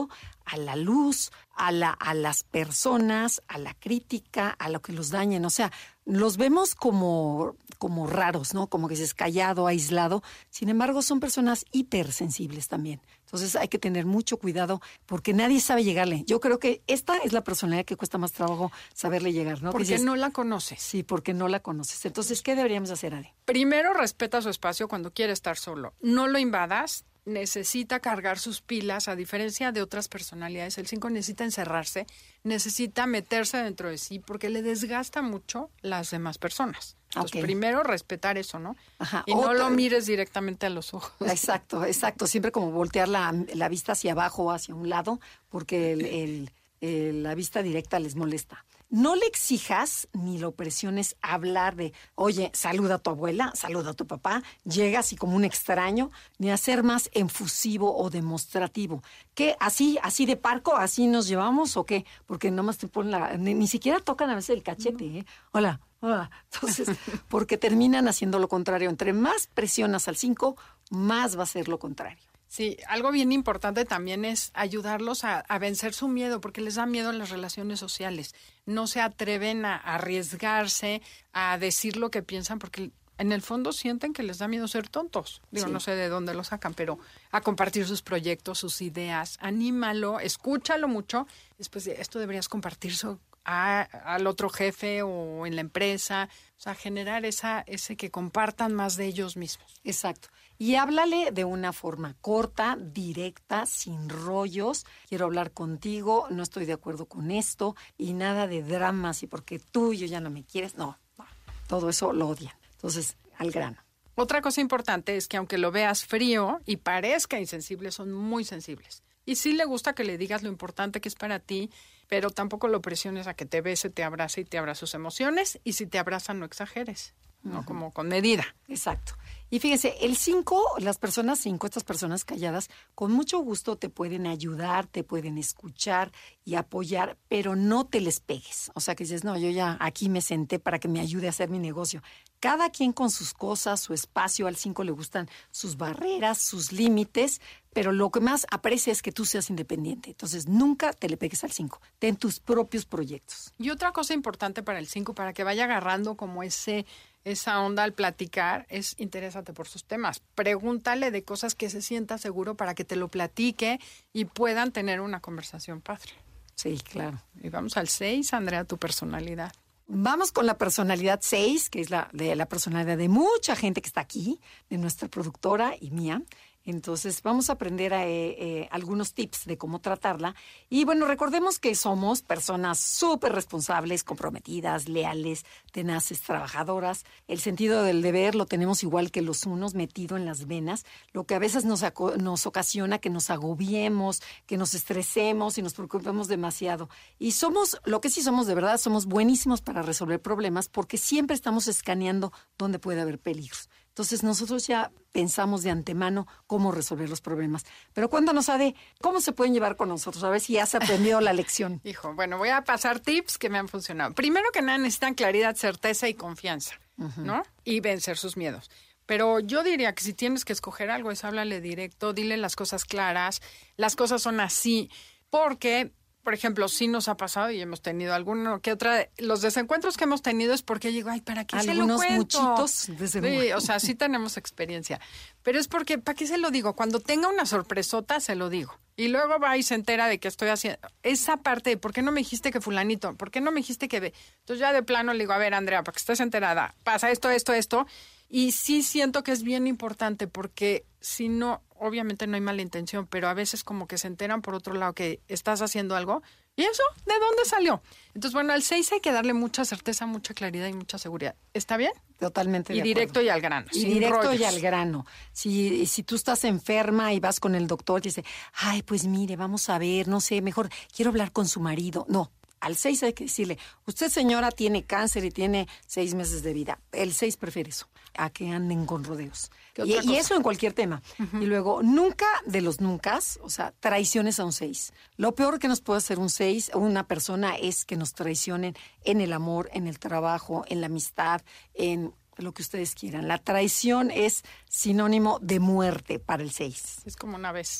a la luz, a, la, a las personas, a la crítica, a lo que los dañen. O sea, los vemos como, como raros, ¿no? Como que se es callado, aislado. Sin embargo, son personas hipersensibles también. Entonces hay que tener mucho cuidado porque nadie sabe llegarle. Yo creo que esta es la personalidad que cuesta más trabajo saberle llegar, ¿no? Porque dices, no la conoces. Sí, porque no la conoces. Entonces, ¿qué deberíamos hacer, Adi? Primero, respeta su espacio cuando quiere estar solo. No lo invadas. Necesita cargar sus pilas, a diferencia de otras personalidades. El cinco necesita encerrarse, necesita meterse dentro de sí porque le desgasta mucho las demás personas. Entonces, okay. Primero respetar eso, ¿no? Ajá. Y Otra... no lo mires directamente a los ojos. Exacto, exacto. Siempre como voltear la, la vista hacia abajo o hacia un lado porque el, el, el, la vista directa les molesta. No le exijas ni lo presiones a hablar de, oye, saluda a tu abuela, saluda a tu papá, llega así como un extraño, ni a ser más efusivo o demostrativo. ¿Qué? ¿Así, así de parco, así nos llevamos o qué? Porque nomás te ponen la... Ni, ni siquiera tocan a veces el cachete, ¿eh? Hola, hola. Entonces, porque terminan haciendo lo contrario. Entre más presionas al cinco, más va a ser lo contrario. Sí, algo bien importante también es ayudarlos a, a vencer su miedo, porque les da miedo en las relaciones sociales. No se atreven a, a arriesgarse, a decir lo que piensan, porque en el fondo sienten que les da miedo ser tontos. Digo, sí. No sé de dónde lo sacan, pero a compartir sus proyectos, sus ideas. Anímalo, escúchalo mucho. Después de esto deberías compartirlo a, al otro jefe o en la empresa. O sea, generar esa ese que compartan más de ellos mismos. Exacto. Y háblale de una forma corta, directa, sin rollos. Quiero hablar contigo, no estoy de acuerdo con esto y nada de dramas y porque tú y yo ya no me quieres. No, no, todo eso lo odian. Entonces, al grano. Otra cosa importante es que aunque lo veas frío y parezca insensible, son muy sensibles. Y sí le gusta que le digas lo importante que es para ti, pero tampoco lo presiones a que te bese, te abrace y te abra sus emociones. Y si te abrazan, no exageres, ¿no? Uh-huh. Como con medida. Exacto. Y fíjense, el cinco, las personas cinco, estas personas calladas, con mucho gusto te pueden ayudar, te pueden escuchar y apoyar, pero no te les pegues. O sea, que dices, no, yo ya aquí me senté para que me ayude a hacer mi negocio. Cada quien con sus cosas, su espacio. Al cinco le gustan sus barreras, sus límites, pero lo que más aprecia es que tú seas independiente. Entonces, nunca te le pegues al cinco. Ten tus propios proyectos. Y otra cosa importante para el cinco, para que vaya agarrando como ese... esa onda al platicar, es interésate por sus temas. Pregúntale de cosas que se sienta seguro para que te lo platique y puedan tener una conversación padre. Sí, claro. Y vamos al seis, Andrea, tu personalidad. Vamos con la personalidad seis, que es la, de la personalidad de mucha gente que está aquí, de nuestra productora y mía. Entonces, vamos a aprender a, eh, eh, algunos tips de cómo tratarla. Y bueno, recordemos que somos personas súper responsables, comprometidas, leales, tenaces, trabajadoras. El sentido del deber lo tenemos igual que los unos, metido en las venas, lo que a veces nos, aco- nos ocasiona que nos agobiemos, que nos estresemos y nos preocupemos demasiado. Y somos, lo que sí somos de verdad, somos buenísimos para resolver problemas porque siempre estamos escaneando dónde puede haber peligros. Entonces, nosotros ya pensamos de antemano cómo resolver los problemas. Pero cuéntanos, Ade, ¿cómo se pueden llevar con nosotros? A ver si has aprendido la lección. Hijo, bueno, voy a pasar tips que me han funcionado. Primero que nada, necesitan claridad, certeza y confianza, uh-huh. ¿no? Y vencer sus miedos. Pero yo diría que si tienes que escoger algo, es háblale directo, dile las cosas claras. Las cosas son así, porque... Por ejemplo, sí nos ha pasado y hemos tenido alguno que otra. Los desencuentros que hemos tenido es porque digo, ay, ¿para qué se lo cuento? Algunos muchitos. Sí, o sea, sí tenemos experiencia. Pero es porque, ¿para qué se lo digo? Cuando tenga una sorpresota, se lo digo. Y luego va y se entera de que estoy haciendo esa parte de, ¿por qué no me dijiste que fulanito? ¿Por qué no me dijiste que ve? Entonces ya de plano le digo, a ver, Andrea, para que estés enterada, pasa esto, esto, esto. Y sí siento que es bien importante porque si no, obviamente no hay mala intención, pero a veces como que se enteran por otro lado que estás haciendo algo. ¿Y eso? ¿De dónde salió? Entonces, bueno, al seis hay que darle mucha certeza, mucha claridad y mucha seguridad. ¿Está bien? Totalmente de Y directo acuerdo. y al grano. Y sin directo rollos. y al grano. Si, si tú estás enferma y vas con el doctor y dice, ay, pues mire, vamos a ver, no sé, mejor quiero hablar con su marido. No. Al seis hay que decirle, usted señora tiene cáncer y tiene seis meses de vida. El seis prefiere eso, a que anden con rodeos. Y, y eso en cualquier tema. Uh-huh. Y luego, nunca de los nunca, o sea, traiciones a un seis. Lo peor que nos puede hacer un seis o una persona es que nos traicionen en el amor, en el trabajo, en la amistad, en lo que ustedes quieran. La traición es sinónimo de muerte para el seis. Es como una vez...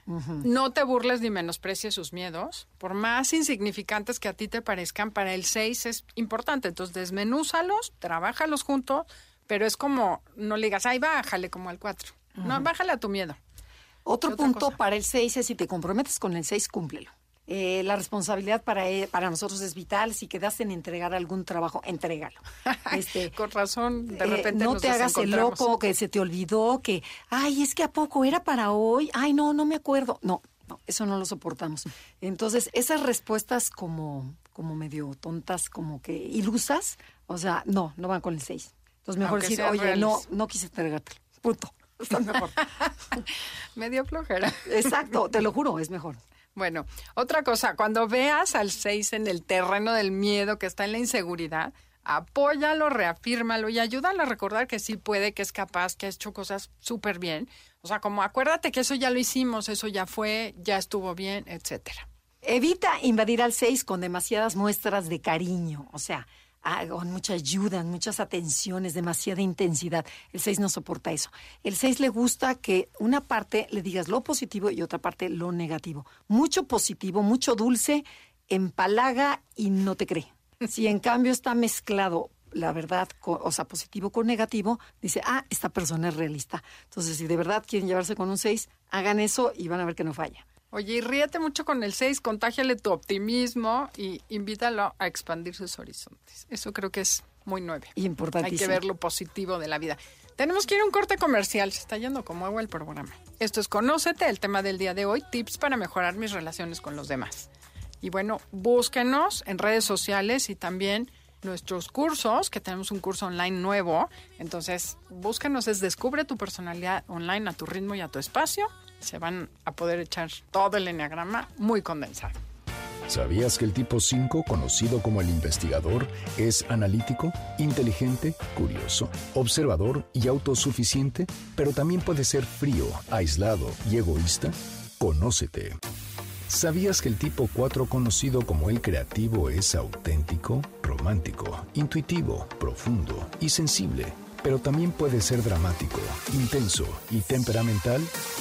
Uh-huh. No te burles ni menosprecies sus miedos. Por más insignificantes que a ti te parezcan, para el seis es importante. Entonces, desmenúzalos, trabájalos juntos, pero es como, no le digas, ay, bájale como al cuatro. Uh-huh. No, bájale a tu miedo. Otro punto para el seis es, si te comprometes con el seis, cúmplelo. Eh, la responsabilidad para, él, para nosotros es vital. Si quedaste en entregar algún trabajo, entrégalo. Este, Con razón, de repente eh, no nos te hagas el loco, que se te olvidó, que, ay, es que ¿a poco era para hoy? Ay, no, no me acuerdo. No, no, eso no lo soportamos. Entonces, esas respuestas como, como medio tontas, como que ilusas, o sea, no, no van con el seis. Entonces, mejor Aunque decir, oye, reales. no, no quise entregártelo. Punto. Está mejor. Medio flojera. Exacto, te lo juro, es mejor. Bueno, otra cosa, cuando veas al seis en el terreno del miedo, que está en la inseguridad, apóyalo, reafírmalo y ayúdalo a recordar que sí puede, que es capaz, que ha hecho cosas súper bien. O sea, como acuérdate que eso ya lo hicimos, eso ya fue, ya estuvo bien, etcétera. Evita invadir al seis con demasiadas muestras de cariño, o sea, con mucha ayuda, muchas atenciones, demasiada intensidad. El seis no soporta eso. El seis le gusta que una parte le digas lo positivo y otra parte lo negativo. Mucho positivo, mucho dulce, empalaga y no te cree. Si en cambio está mezclado, la verdad, con, o sea, positivo con negativo, dice, ah, esta persona es realista. Entonces, si de verdad quieren llevarse con un seis, hagan eso y van a ver que no falla. Oye, y ríete mucho con el seis, contágiale tu optimismo y invítalo a expandir sus horizontes. Eso creo que es muy nueve. Importantísimo. Hay que ver lo positivo de la vida. Tenemos que ir a un corte comercial. Se está yendo como agua el programa. Esto es Conócete, el tema del día de hoy, tips para mejorar mis relaciones con los demás. Y bueno, búsquenos en redes sociales y también nuestros cursos, que tenemos un curso online nuevo. Entonces, búsquenos, es Descubre tu personalidad online a tu ritmo y a tu espacio. Se van a poder echar todo el enneagrama muy condensado. ¿Sabías que el tipo cinco, conocido como el investigador, es analítico, inteligente, curioso, observador y autosuficiente? Pero también puede ser frío, aislado y egoísta. Conócete. ¿Sabías que el tipo cuatro, conocido como el creativo, es auténtico, romántico, intuitivo, profundo y sensible? Pero también puede ser dramático, intenso y temperamental.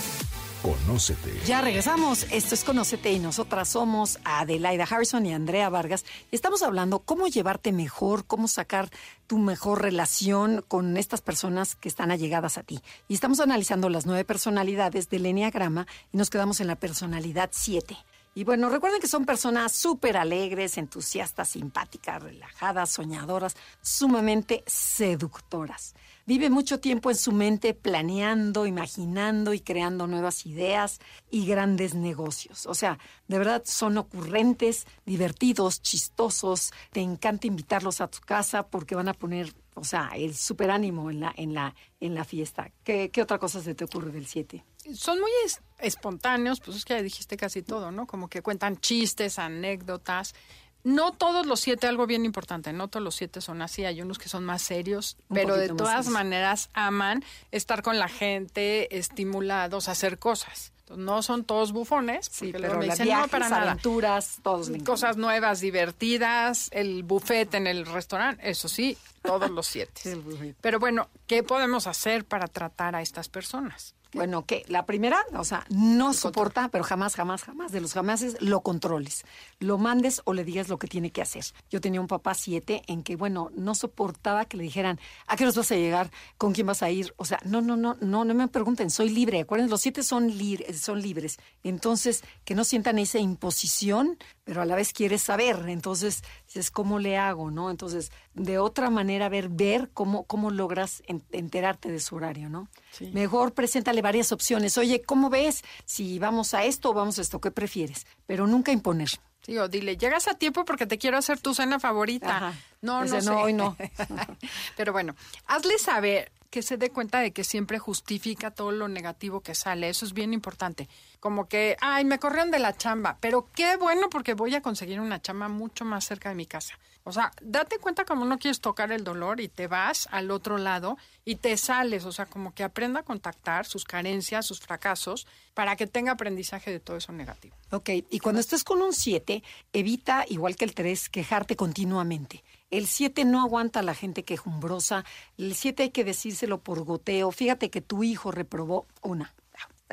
Conócete. Ya regresamos. Esto es Conócete y nosotras somos Adelaida Harrison y Andrea Vargas. Estamos hablando cómo llevarte mejor, cómo sacar tu mejor relación con estas personas que están allegadas a ti. Y estamos analizando las nueve personalidades del enneagrama y nos quedamos en la personalidad siete. Y bueno, recuerden que son personas súper alegres, entusiastas, simpáticas, relajadas, soñadoras, sumamente seductoras. Vive mucho tiempo en su mente planeando, imaginando y creando nuevas ideas y grandes negocios. O sea, de verdad son ocurrentes, divertidos, chistosos. Te encanta invitarlos a tu casa porque van a poner, o sea, el súper ánimo en la, en la, en la fiesta. ¿Qué, qué otra cosa se te ocurre del siete? Son muy es- espontáneos, pues es que ya dijiste casi todo, ¿no? Como que cuentan chistes, anécdotas. No todos los siete, algo bien importante, no todos los siete son así, hay unos que son más serios, Un pero de poquito más todas serios. maneras aman estar con la gente, estimulados a hacer cosas. Entonces, no son todos bufones, porque Sí, luego pero me las dicen, viajes, no, para nada. aventuras, todos le encantan. Cosas nuevas, divertidas, el buffet en el restaurante, eso sí, todos los siete. El buffet. Pero bueno, ¿qué podemos hacer para tratar a estas personas? Bueno, que la primera, o sea, no soporta, pero jamás, jamás, jamás, de los jamases, lo controles. Lo mandes o le digas lo que tiene que hacer. Yo tenía un papá siete en que, bueno, no soportaba que le dijeran, ¿a qué horas vas a llegar? ¿Con quién vas a ir? O sea, no, no, no, no, no me pregunten, soy libre. Acuérdense, los siete son, li- son libres. Entonces, que no sientan esa imposición, pero a la vez quieres saber. Entonces, dices, ¿cómo le hago? ¿No? Entonces, de otra manera, ver, ver cómo, cómo logras en- enterarte de su horario, ¿no? Sí. Mejor preséntale varias opciones. Oye, ¿cómo ves? Si vamos a esto o vamos a esto, ¿qué prefieres? Pero nunca imponer. Sí, o dile, llegas a tiempo porque te quiero hacer tu cena favorita. Ajá. No, Dice, no sé. no, hoy no. Pero bueno, hazle saber que se dé cuenta de que siempre justifica todo lo negativo que sale. Eso es bien importante. Como que, ay, me corrieron de la chamba, pero qué bueno porque voy a conseguir una chamba mucho más cerca de mi casa. O sea, date cuenta como no quieres tocar el dolor y te vas al otro lado y te sales. O sea, como que aprenda a contactar sus carencias, sus fracasos, para que tenga aprendizaje de todo eso negativo. Ok, y cuando estés con un siete, evita, igual que el tres, quejarte continuamente. El siete no aguanta a la gente quejumbrosa. El siete hay que decírselo por goteo. Fíjate que tu hijo reprobó una. Ah, ahí.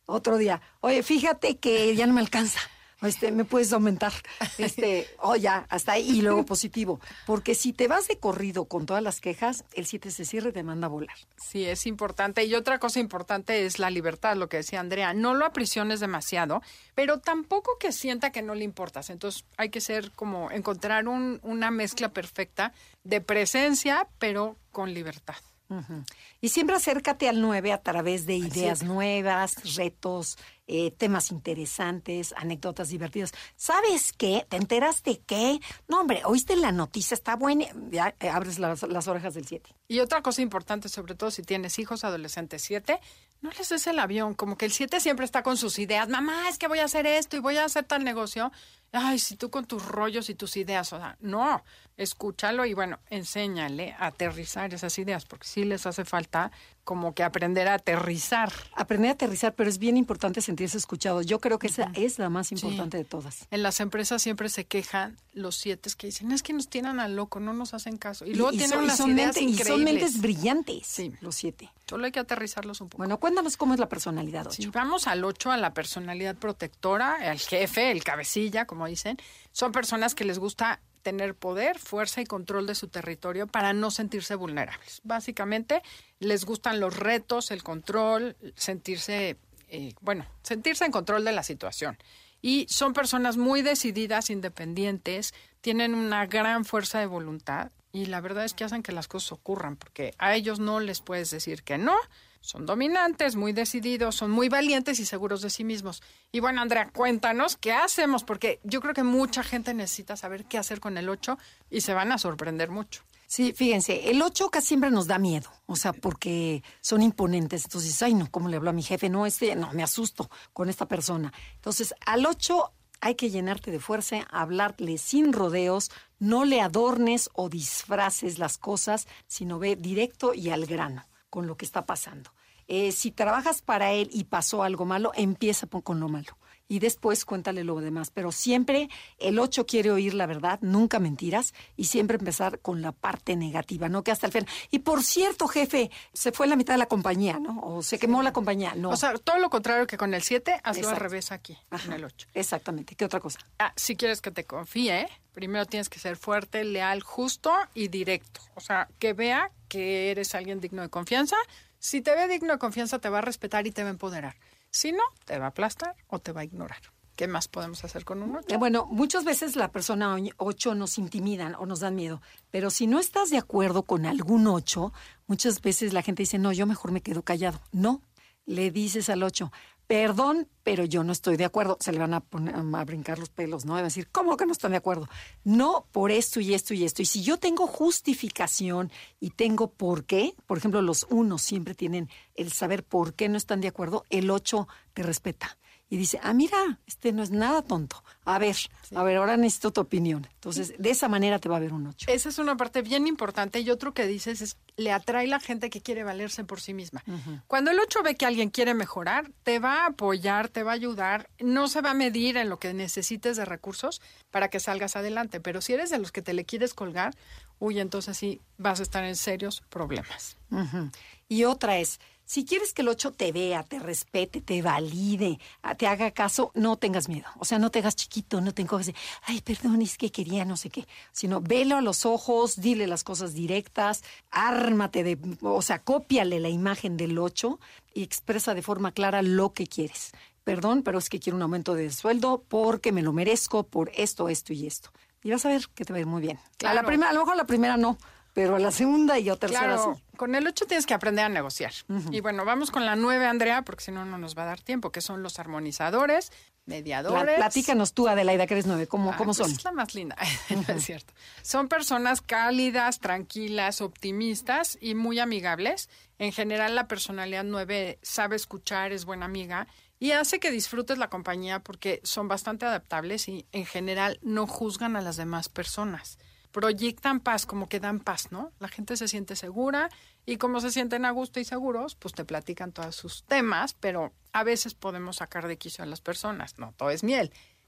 Otro día, oye, fíjate que ya no me alcanza. Este, me puedes aumentar, este, oh ya, hasta ahí, y luego positivo. Porque si te vas de corrido con todas las quejas, el siete se cierra y te manda a volar. Sí, es importante. Y otra cosa importante es la libertad, lo que decía Andrea. No lo aprisiones demasiado, pero tampoco que sienta que no le importas. Entonces hay que ser como encontrar un, una mezcla perfecta de presencia, pero con libertad. Uh-huh. Y siempre acércate al nueve a través de ideas nuevas, retos, eh, temas interesantes, anécdotas divertidas. ¿Sabes qué? ¿Te enteraste qué? No, hombre, oíste la noticia, está buena. Ya eh, abres las, las orejas del siete. Y otra cosa importante, sobre todo si tienes hijos adolescentes siete, no les des el avión. Como que el siete siempre está con sus ideas. Mamá, es que voy a hacer esto y voy a hacer tal negocio. Ay, si tú con tus rollos y tus ideas, o sea, no, escúchalo y bueno, enséñale a aterrizar esas ideas, porque sí les hace falta como que aprender a aterrizar. Aprender a aterrizar, pero es bien importante sentirse escuchado. Yo creo que esa uh-huh. es la más importante sí. de todas. En las empresas siempre se quejan los siete que dicen, es que nos tiran al loco, no nos hacen caso. Y luego y, tienen y son, unas son ideas mente, increíbles. Y son mentes brillantes, sí. los siete. Solo hay que aterrizarlos un poco. Bueno, cuéntanos cómo es la personalidad ocho. Si vamos al ocho, a la personalidad protectora, el jefe, el cabecilla, como dicen, son personas que les gusta tener poder, fuerza y control de su territorio para no sentirse vulnerables. Básicamente, les gustan los retos, el control, sentirse, eh, bueno, sentirse en control de la situación. Y son personas muy decididas, independientes, tienen una gran fuerza de voluntad y la verdad es que hacen que las cosas ocurran, porque a ellos no les puedes decir que no. Son dominantes, muy decididos, son muy valientes y seguros de sí mismos. Y bueno, Andrea, cuéntanos, ¿qué hacemos? Porque yo creo que mucha gente necesita saber qué hacer con el ocho y se van a sorprender mucho. Sí, fíjense, el ocho casi siempre nos da miedo, o sea, porque son imponentes. Entonces dices, ay, no, ¿cómo le hablo a mi jefe? No, este, no, me asusto con esta persona. Entonces, al ocho hay que llenarte de fuerza, hablarle sin rodeos, no le adornes o disfraces las cosas, sino ve directo y al grano con lo que está pasando. Eh, si trabajas para él y pasó algo malo, empieza con lo malo y después cuéntale lo demás. Pero siempre el ocho quiere oír la verdad, nunca mentiras, y siempre empezar con la parte negativa, no que hasta el final. Y por cierto, jefe, se fue la mitad de la compañía, ¿no? O se quemó sí. la compañía, no. O sea, todo lo contrario que con el siete, hazlo Exacto. al revés aquí, Ajá. con el ocho. Exactamente. ¿Qué otra cosa? Ah, si quieres que te confíe, primero tienes que ser fuerte, leal, justo y directo. O sea, que vea que eres alguien digno de confianza. Si te ve digno de confianza, te va a respetar y te va a empoderar. Si no, te va a aplastar o te va a ignorar. ¿Qué más podemos hacer con un ocho? Eh, bueno, muchas veces la persona ocho nos intimidan o nos dan miedo, pero si no estás de acuerdo con algún ocho, muchas veces la gente dice, no, yo mejor me quedo callado. No, le dices al ocho, perdón, pero yo no estoy de acuerdo. Se le van a, poner, a brincar los pelos, ¿no? Va a decir, ¿cómo que no están de acuerdo? No, por esto y esto y esto. Y si yo tengo justificación y tengo por qué, por ejemplo, los unos siempre tienen el saber por qué no están de acuerdo, el ocho te respeta. Y dice, ah, mira, este no es nada tonto. A ver, sí. a ver, ahora necesito tu opinión. Entonces, de esa manera te va a ver un ocho. Esa es una parte bien importante. Y otro que dices es, le atrae la gente que quiere valerse por sí misma. Uh-huh. Cuando el ocho ve que alguien quiere mejorar, te va a apoyar, te va a ayudar. No se va a medir en lo que necesites de recursos para que salgas adelante. Pero si eres de los que te le quieres colgar, uy, entonces sí vas a estar en serios problemas. Uh-huh. Y otra es, si quieres que el ocho te vea, te respete, te valide, te haga caso, no tengas miedo. O sea, no te hagas chiquito, no te encoges de, ay, perdón, es que quería no sé qué. Sino velo a los ojos, dile las cosas directas, ármate de, o sea, cópiale la imagen del ocho y expresa de forma clara lo que quieres. Perdón, pero es que quiero un aumento de sueldo porque me lo merezco por esto, esto y esto. Y vas a ver que te va a ir muy bien. Claro. A la primera, a lo mejor la primera no, pero a la segunda y a tercera claro, sí. Con el ocho tienes que aprender a negociar. Uh-huh. Y bueno, vamos con la nueve, Andrea, porque si no, no nos va a dar tiempo, que son los armonizadores, mediadores. La, platícanos tú, Adelaida, que eres nueve, ¿cómo, ah, cómo son? Pues es la más linda, uh-huh. no es cierto. Son personas cálidas, tranquilas, optimistas y muy amigables. En general, la personalidad nueve sabe escuchar, es buena amiga y hace que disfrutes la compañía porque son bastante adaptables y en general no juzgan a las demás personas. Proyectan paz, como que dan paz, ¿no? La gente se siente segura y como se sienten a gusto y seguros, pues te platican todos sus temas, pero a veces podemos sacar de quicio a las personas, no todo es miel.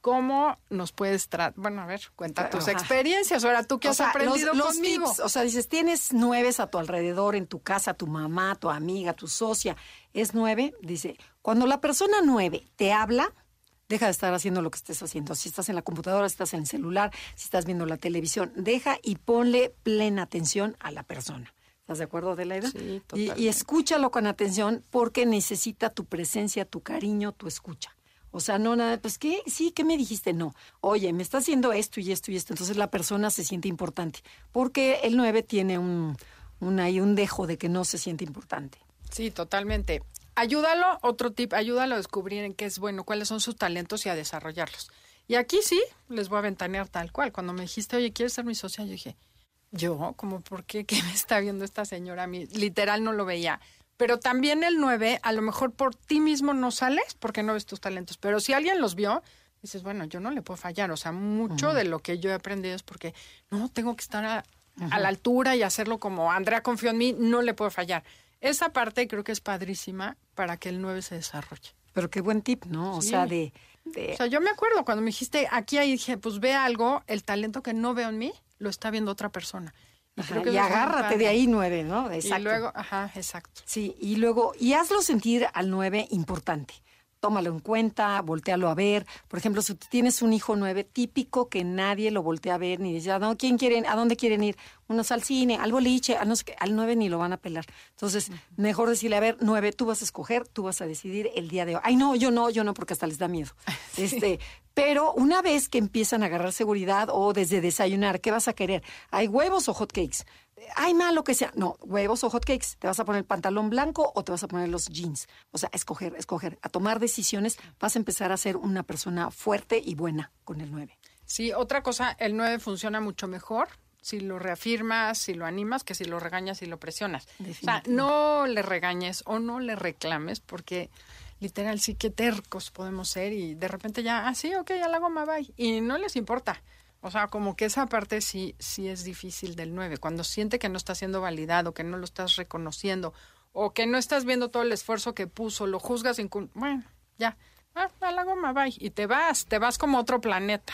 ¿Cómo nos puedes tratar? Bueno, a ver, cuenta tus Ajá. experiencias. Ahora, ¿tú qué O has sea, aprendido los, los conmigo? tips, o sea, dices, tienes nueves a tu alrededor, en tu casa, tu mamá, tu amiga, tu socia, es nueve. Dice, cuando la persona nueve te habla, deja de estar haciendo lo que estés haciendo. Si estás en la computadora, si estás en el celular, si estás viendo la televisión, deja y ponle plena atención a la persona. ¿Estás de acuerdo, Adelaida? Sí, y, totalmente. y escúchalo con atención porque necesita tu presencia, tu cariño, tu escucha. O sea, no nada, pues, ¿qué? Sí, ¿qué me dijiste? No. Oye, me está haciendo esto y esto y esto. Entonces la persona se siente importante. Porque el nueve tiene un, un, ahí un dejo de que no se siente importante. Sí, totalmente. Ayúdalo, otro tip, ayúdalo a descubrir en qué es bueno, cuáles son sus talentos y a desarrollarlos. Y aquí sí, les voy a ventanear tal cual. Cuando me dijiste, oye, ¿quieres ser mi socia? Yo dije, ¿yo? ¿Cómo por qué? ¿Qué me está viendo esta señora a mí? Literal no lo veía. Pero también el nueve, a lo mejor por ti mismo no sales porque no ves tus talentos. Pero si alguien los vio, dices, bueno, yo no le puedo fallar. O sea, mucho uh-huh. de lo que yo he aprendido es porque no, tengo que estar a, uh-huh. a la altura y hacerlo como Andrea confió en mí, no le puedo fallar. Esa parte creo que es padrísima para que el nueve se desarrolle. Pero qué buen tip, ¿no? O Sí. sea, de, de... O sea, yo me acuerdo cuando me dijiste aquí, ahí dije, pues ve algo, el talento que no veo en mí, lo está viendo otra persona. Y, Ajá, creo que y agárrate de ahí, nueve, ¿no? Exacto. Y luego, ajá, exacto. Sí, y luego, y hazlo sentir al nueve importante. Tómalo en cuenta, voltéalo a ver. Por ejemplo, si tú tienes un hijo nueve, típico que nadie lo voltea a ver, ni dice, no, ¿quién quieren, a dónde quieren ir? Unos al cine, al boliche, a no sé qué, al nueve ni lo van a pelar. Entonces, uh-huh. mejor decirle, a ver, nueve, tú vas a escoger, tú vas a decidir el día de hoy. Ay, no, yo no, yo no, porque hasta les da miedo. Sí. Este, pero una vez que empiezan a agarrar seguridad o desde desayunar, ¿qué vas a querer? ¿Hay huevos o hot cakes? Ay, mal, lo que sea. No, huevos o hot cakes. ¿Te vas a poner el pantalón blanco o te vas a poner los jeans? O sea, escoger, escoger. A tomar decisiones, vas a empezar a ser una persona fuerte y buena con el nueve. Sí, otra cosa, el nueve funciona mucho mejor si lo reafirmas, si lo animas, que si lo regañas y lo presionas. O sea, no le regañes o no le reclames porque literal sí que tercos podemos ser y de repente ya, ah, sí, ok, a la goma, bye. Y no les importa. O sea, como que esa parte sí, sí es difícil del nueve. Cuando siente que no está siendo validado, que no lo estás reconociendo o que no estás viendo todo el esfuerzo que puso, lo juzgas sin... Bueno, ya, ah, a la goma, bye. Y te vas, te vas como otro planeta.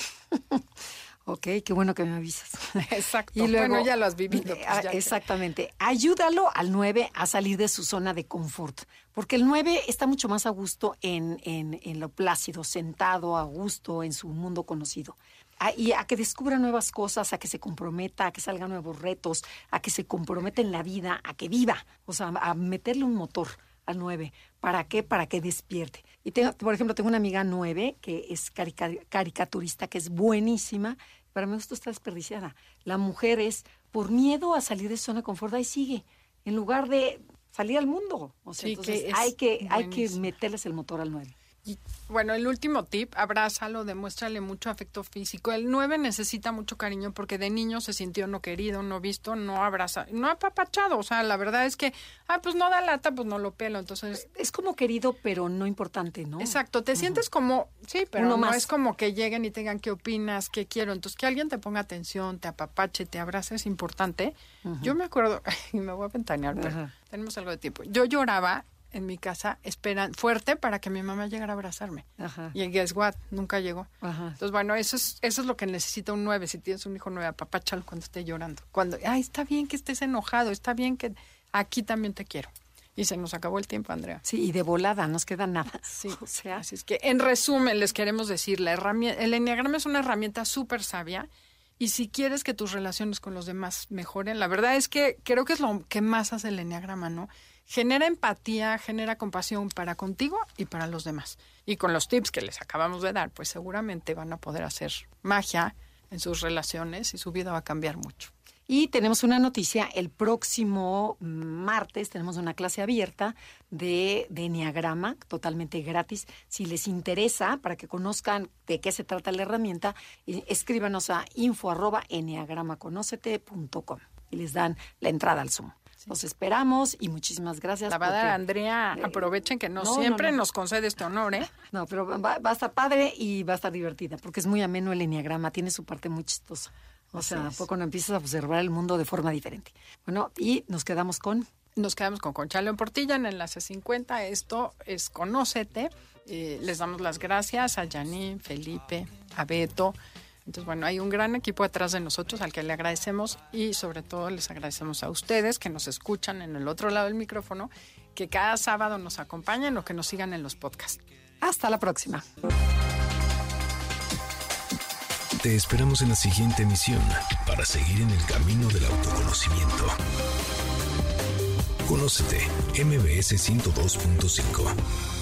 Ok, qué bueno que me avisas. Exacto. Y luego, bueno, ya lo has vivido. Pues ya exactamente. Que... Ayúdalo al nueve a salir de su zona de confort. Porque el nueve está mucho más a gusto en, en, en lo plácido, sentado a gusto en su mundo conocido. A, y a que descubra nuevas cosas, a que se comprometa, a que salgan nuevos retos, a que se comprometa en la vida, a que viva. O sea, a meterle un motor al nueve. ¿Para qué? Para que despierte. Y tengo, por ejemplo, tengo una amiga nueve que es carica, caricaturista, que es buenísima. Para mí esto está desperdiciada. La mujer es, por miedo a salir de su zona de confort, ahí sigue. En lugar de salir al mundo. O sea, sí, entonces que hay que, hay que meterles el motor al nueve. Y, bueno, el último tip, abrázalo, demuéstrale mucho afecto físico. El nueve necesita mucho cariño porque de niño se sintió no querido, no visto, no abraza, no apapachado. O sea, la verdad es que, ah, pues no da lata, pues no lo pelo. Entonces es como querido, pero no importante, ¿no? Exacto, te uh-huh. sientes como, sí, pero Uno no más. Es como que lleguen y te digan qué opinas, qué quiero. Entonces, que alguien te ponga atención, te apapache, te abrace es importante. Uh-huh. Yo me acuerdo, y me voy a ventanear, pero uh-huh. tenemos algo de tiempo. Yo lloraba en mi casa, esperan fuerte para que mi mamá llegara a abrazarme. Ajá. Y guess what, nunca llegó. Ajá. Entonces, bueno, eso es eso es lo que necesita un nueve. Si tienes un hijo nueve, apapáchalo cuando esté llorando. Cuando, ay, está bien que estés enojado, está bien que aquí también te quiero. Y se nos acabó el tiempo, Andrea. Sí, y de volada, nos queda nada. Sí, o sea, así es que, en resumen, les queremos decir, la herramienta, el enneagrama es una herramienta súper sabia. Y si quieres que tus relaciones con los demás mejoren, la verdad es que creo que es lo que más hace el enneagrama, ¿no? Genera empatía, genera compasión para contigo y para los demás. Y con los tips que les acabamos de dar, pues seguramente van a poder hacer magia en sus relaciones y su vida va a cambiar mucho. Y tenemos una noticia, el próximo martes tenemos una clase abierta de, de enneagrama, totalmente gratis. Si les interesa, para que conozcan de qué se trata la herramienta, escríbanos a info arroba enneagramaconócete punto com y les dan la entrada al Zoom. Los esperamos y muchísimas gracias. La va a dar Andrea, eh, aprovechen que no, no siempre no, no. nos concede este honor, ¿eh? No, pero va, va a estar padre y va a estar divertida, porque es muy ameno el enneagrama, tiene su parte muy chistosa. O Así sea, fue cuando empiezas a observar el mundo de forma diferente. Bueno, y nos quedamos con... Nos quedamos con Concha León Portilla en Enlace cincuenta. Esto es Conócete. Eh, les damos las gracias a Janine, Felipe, a Beto. Entonces, bueno, hay un gran equipo atrás de nosotros al que le agradecemos y sobre todo les agradecemos a ustedes que nos escuchan en el otro lado del micrófono, que cada sábado nos acompañen o que nos sigan en los podcasts. Hasta la próxima. Te esperamos en la siguiente emisión para seguir en el camino del autoconocimiento. Conócete, M B S ciento dos punto cinco.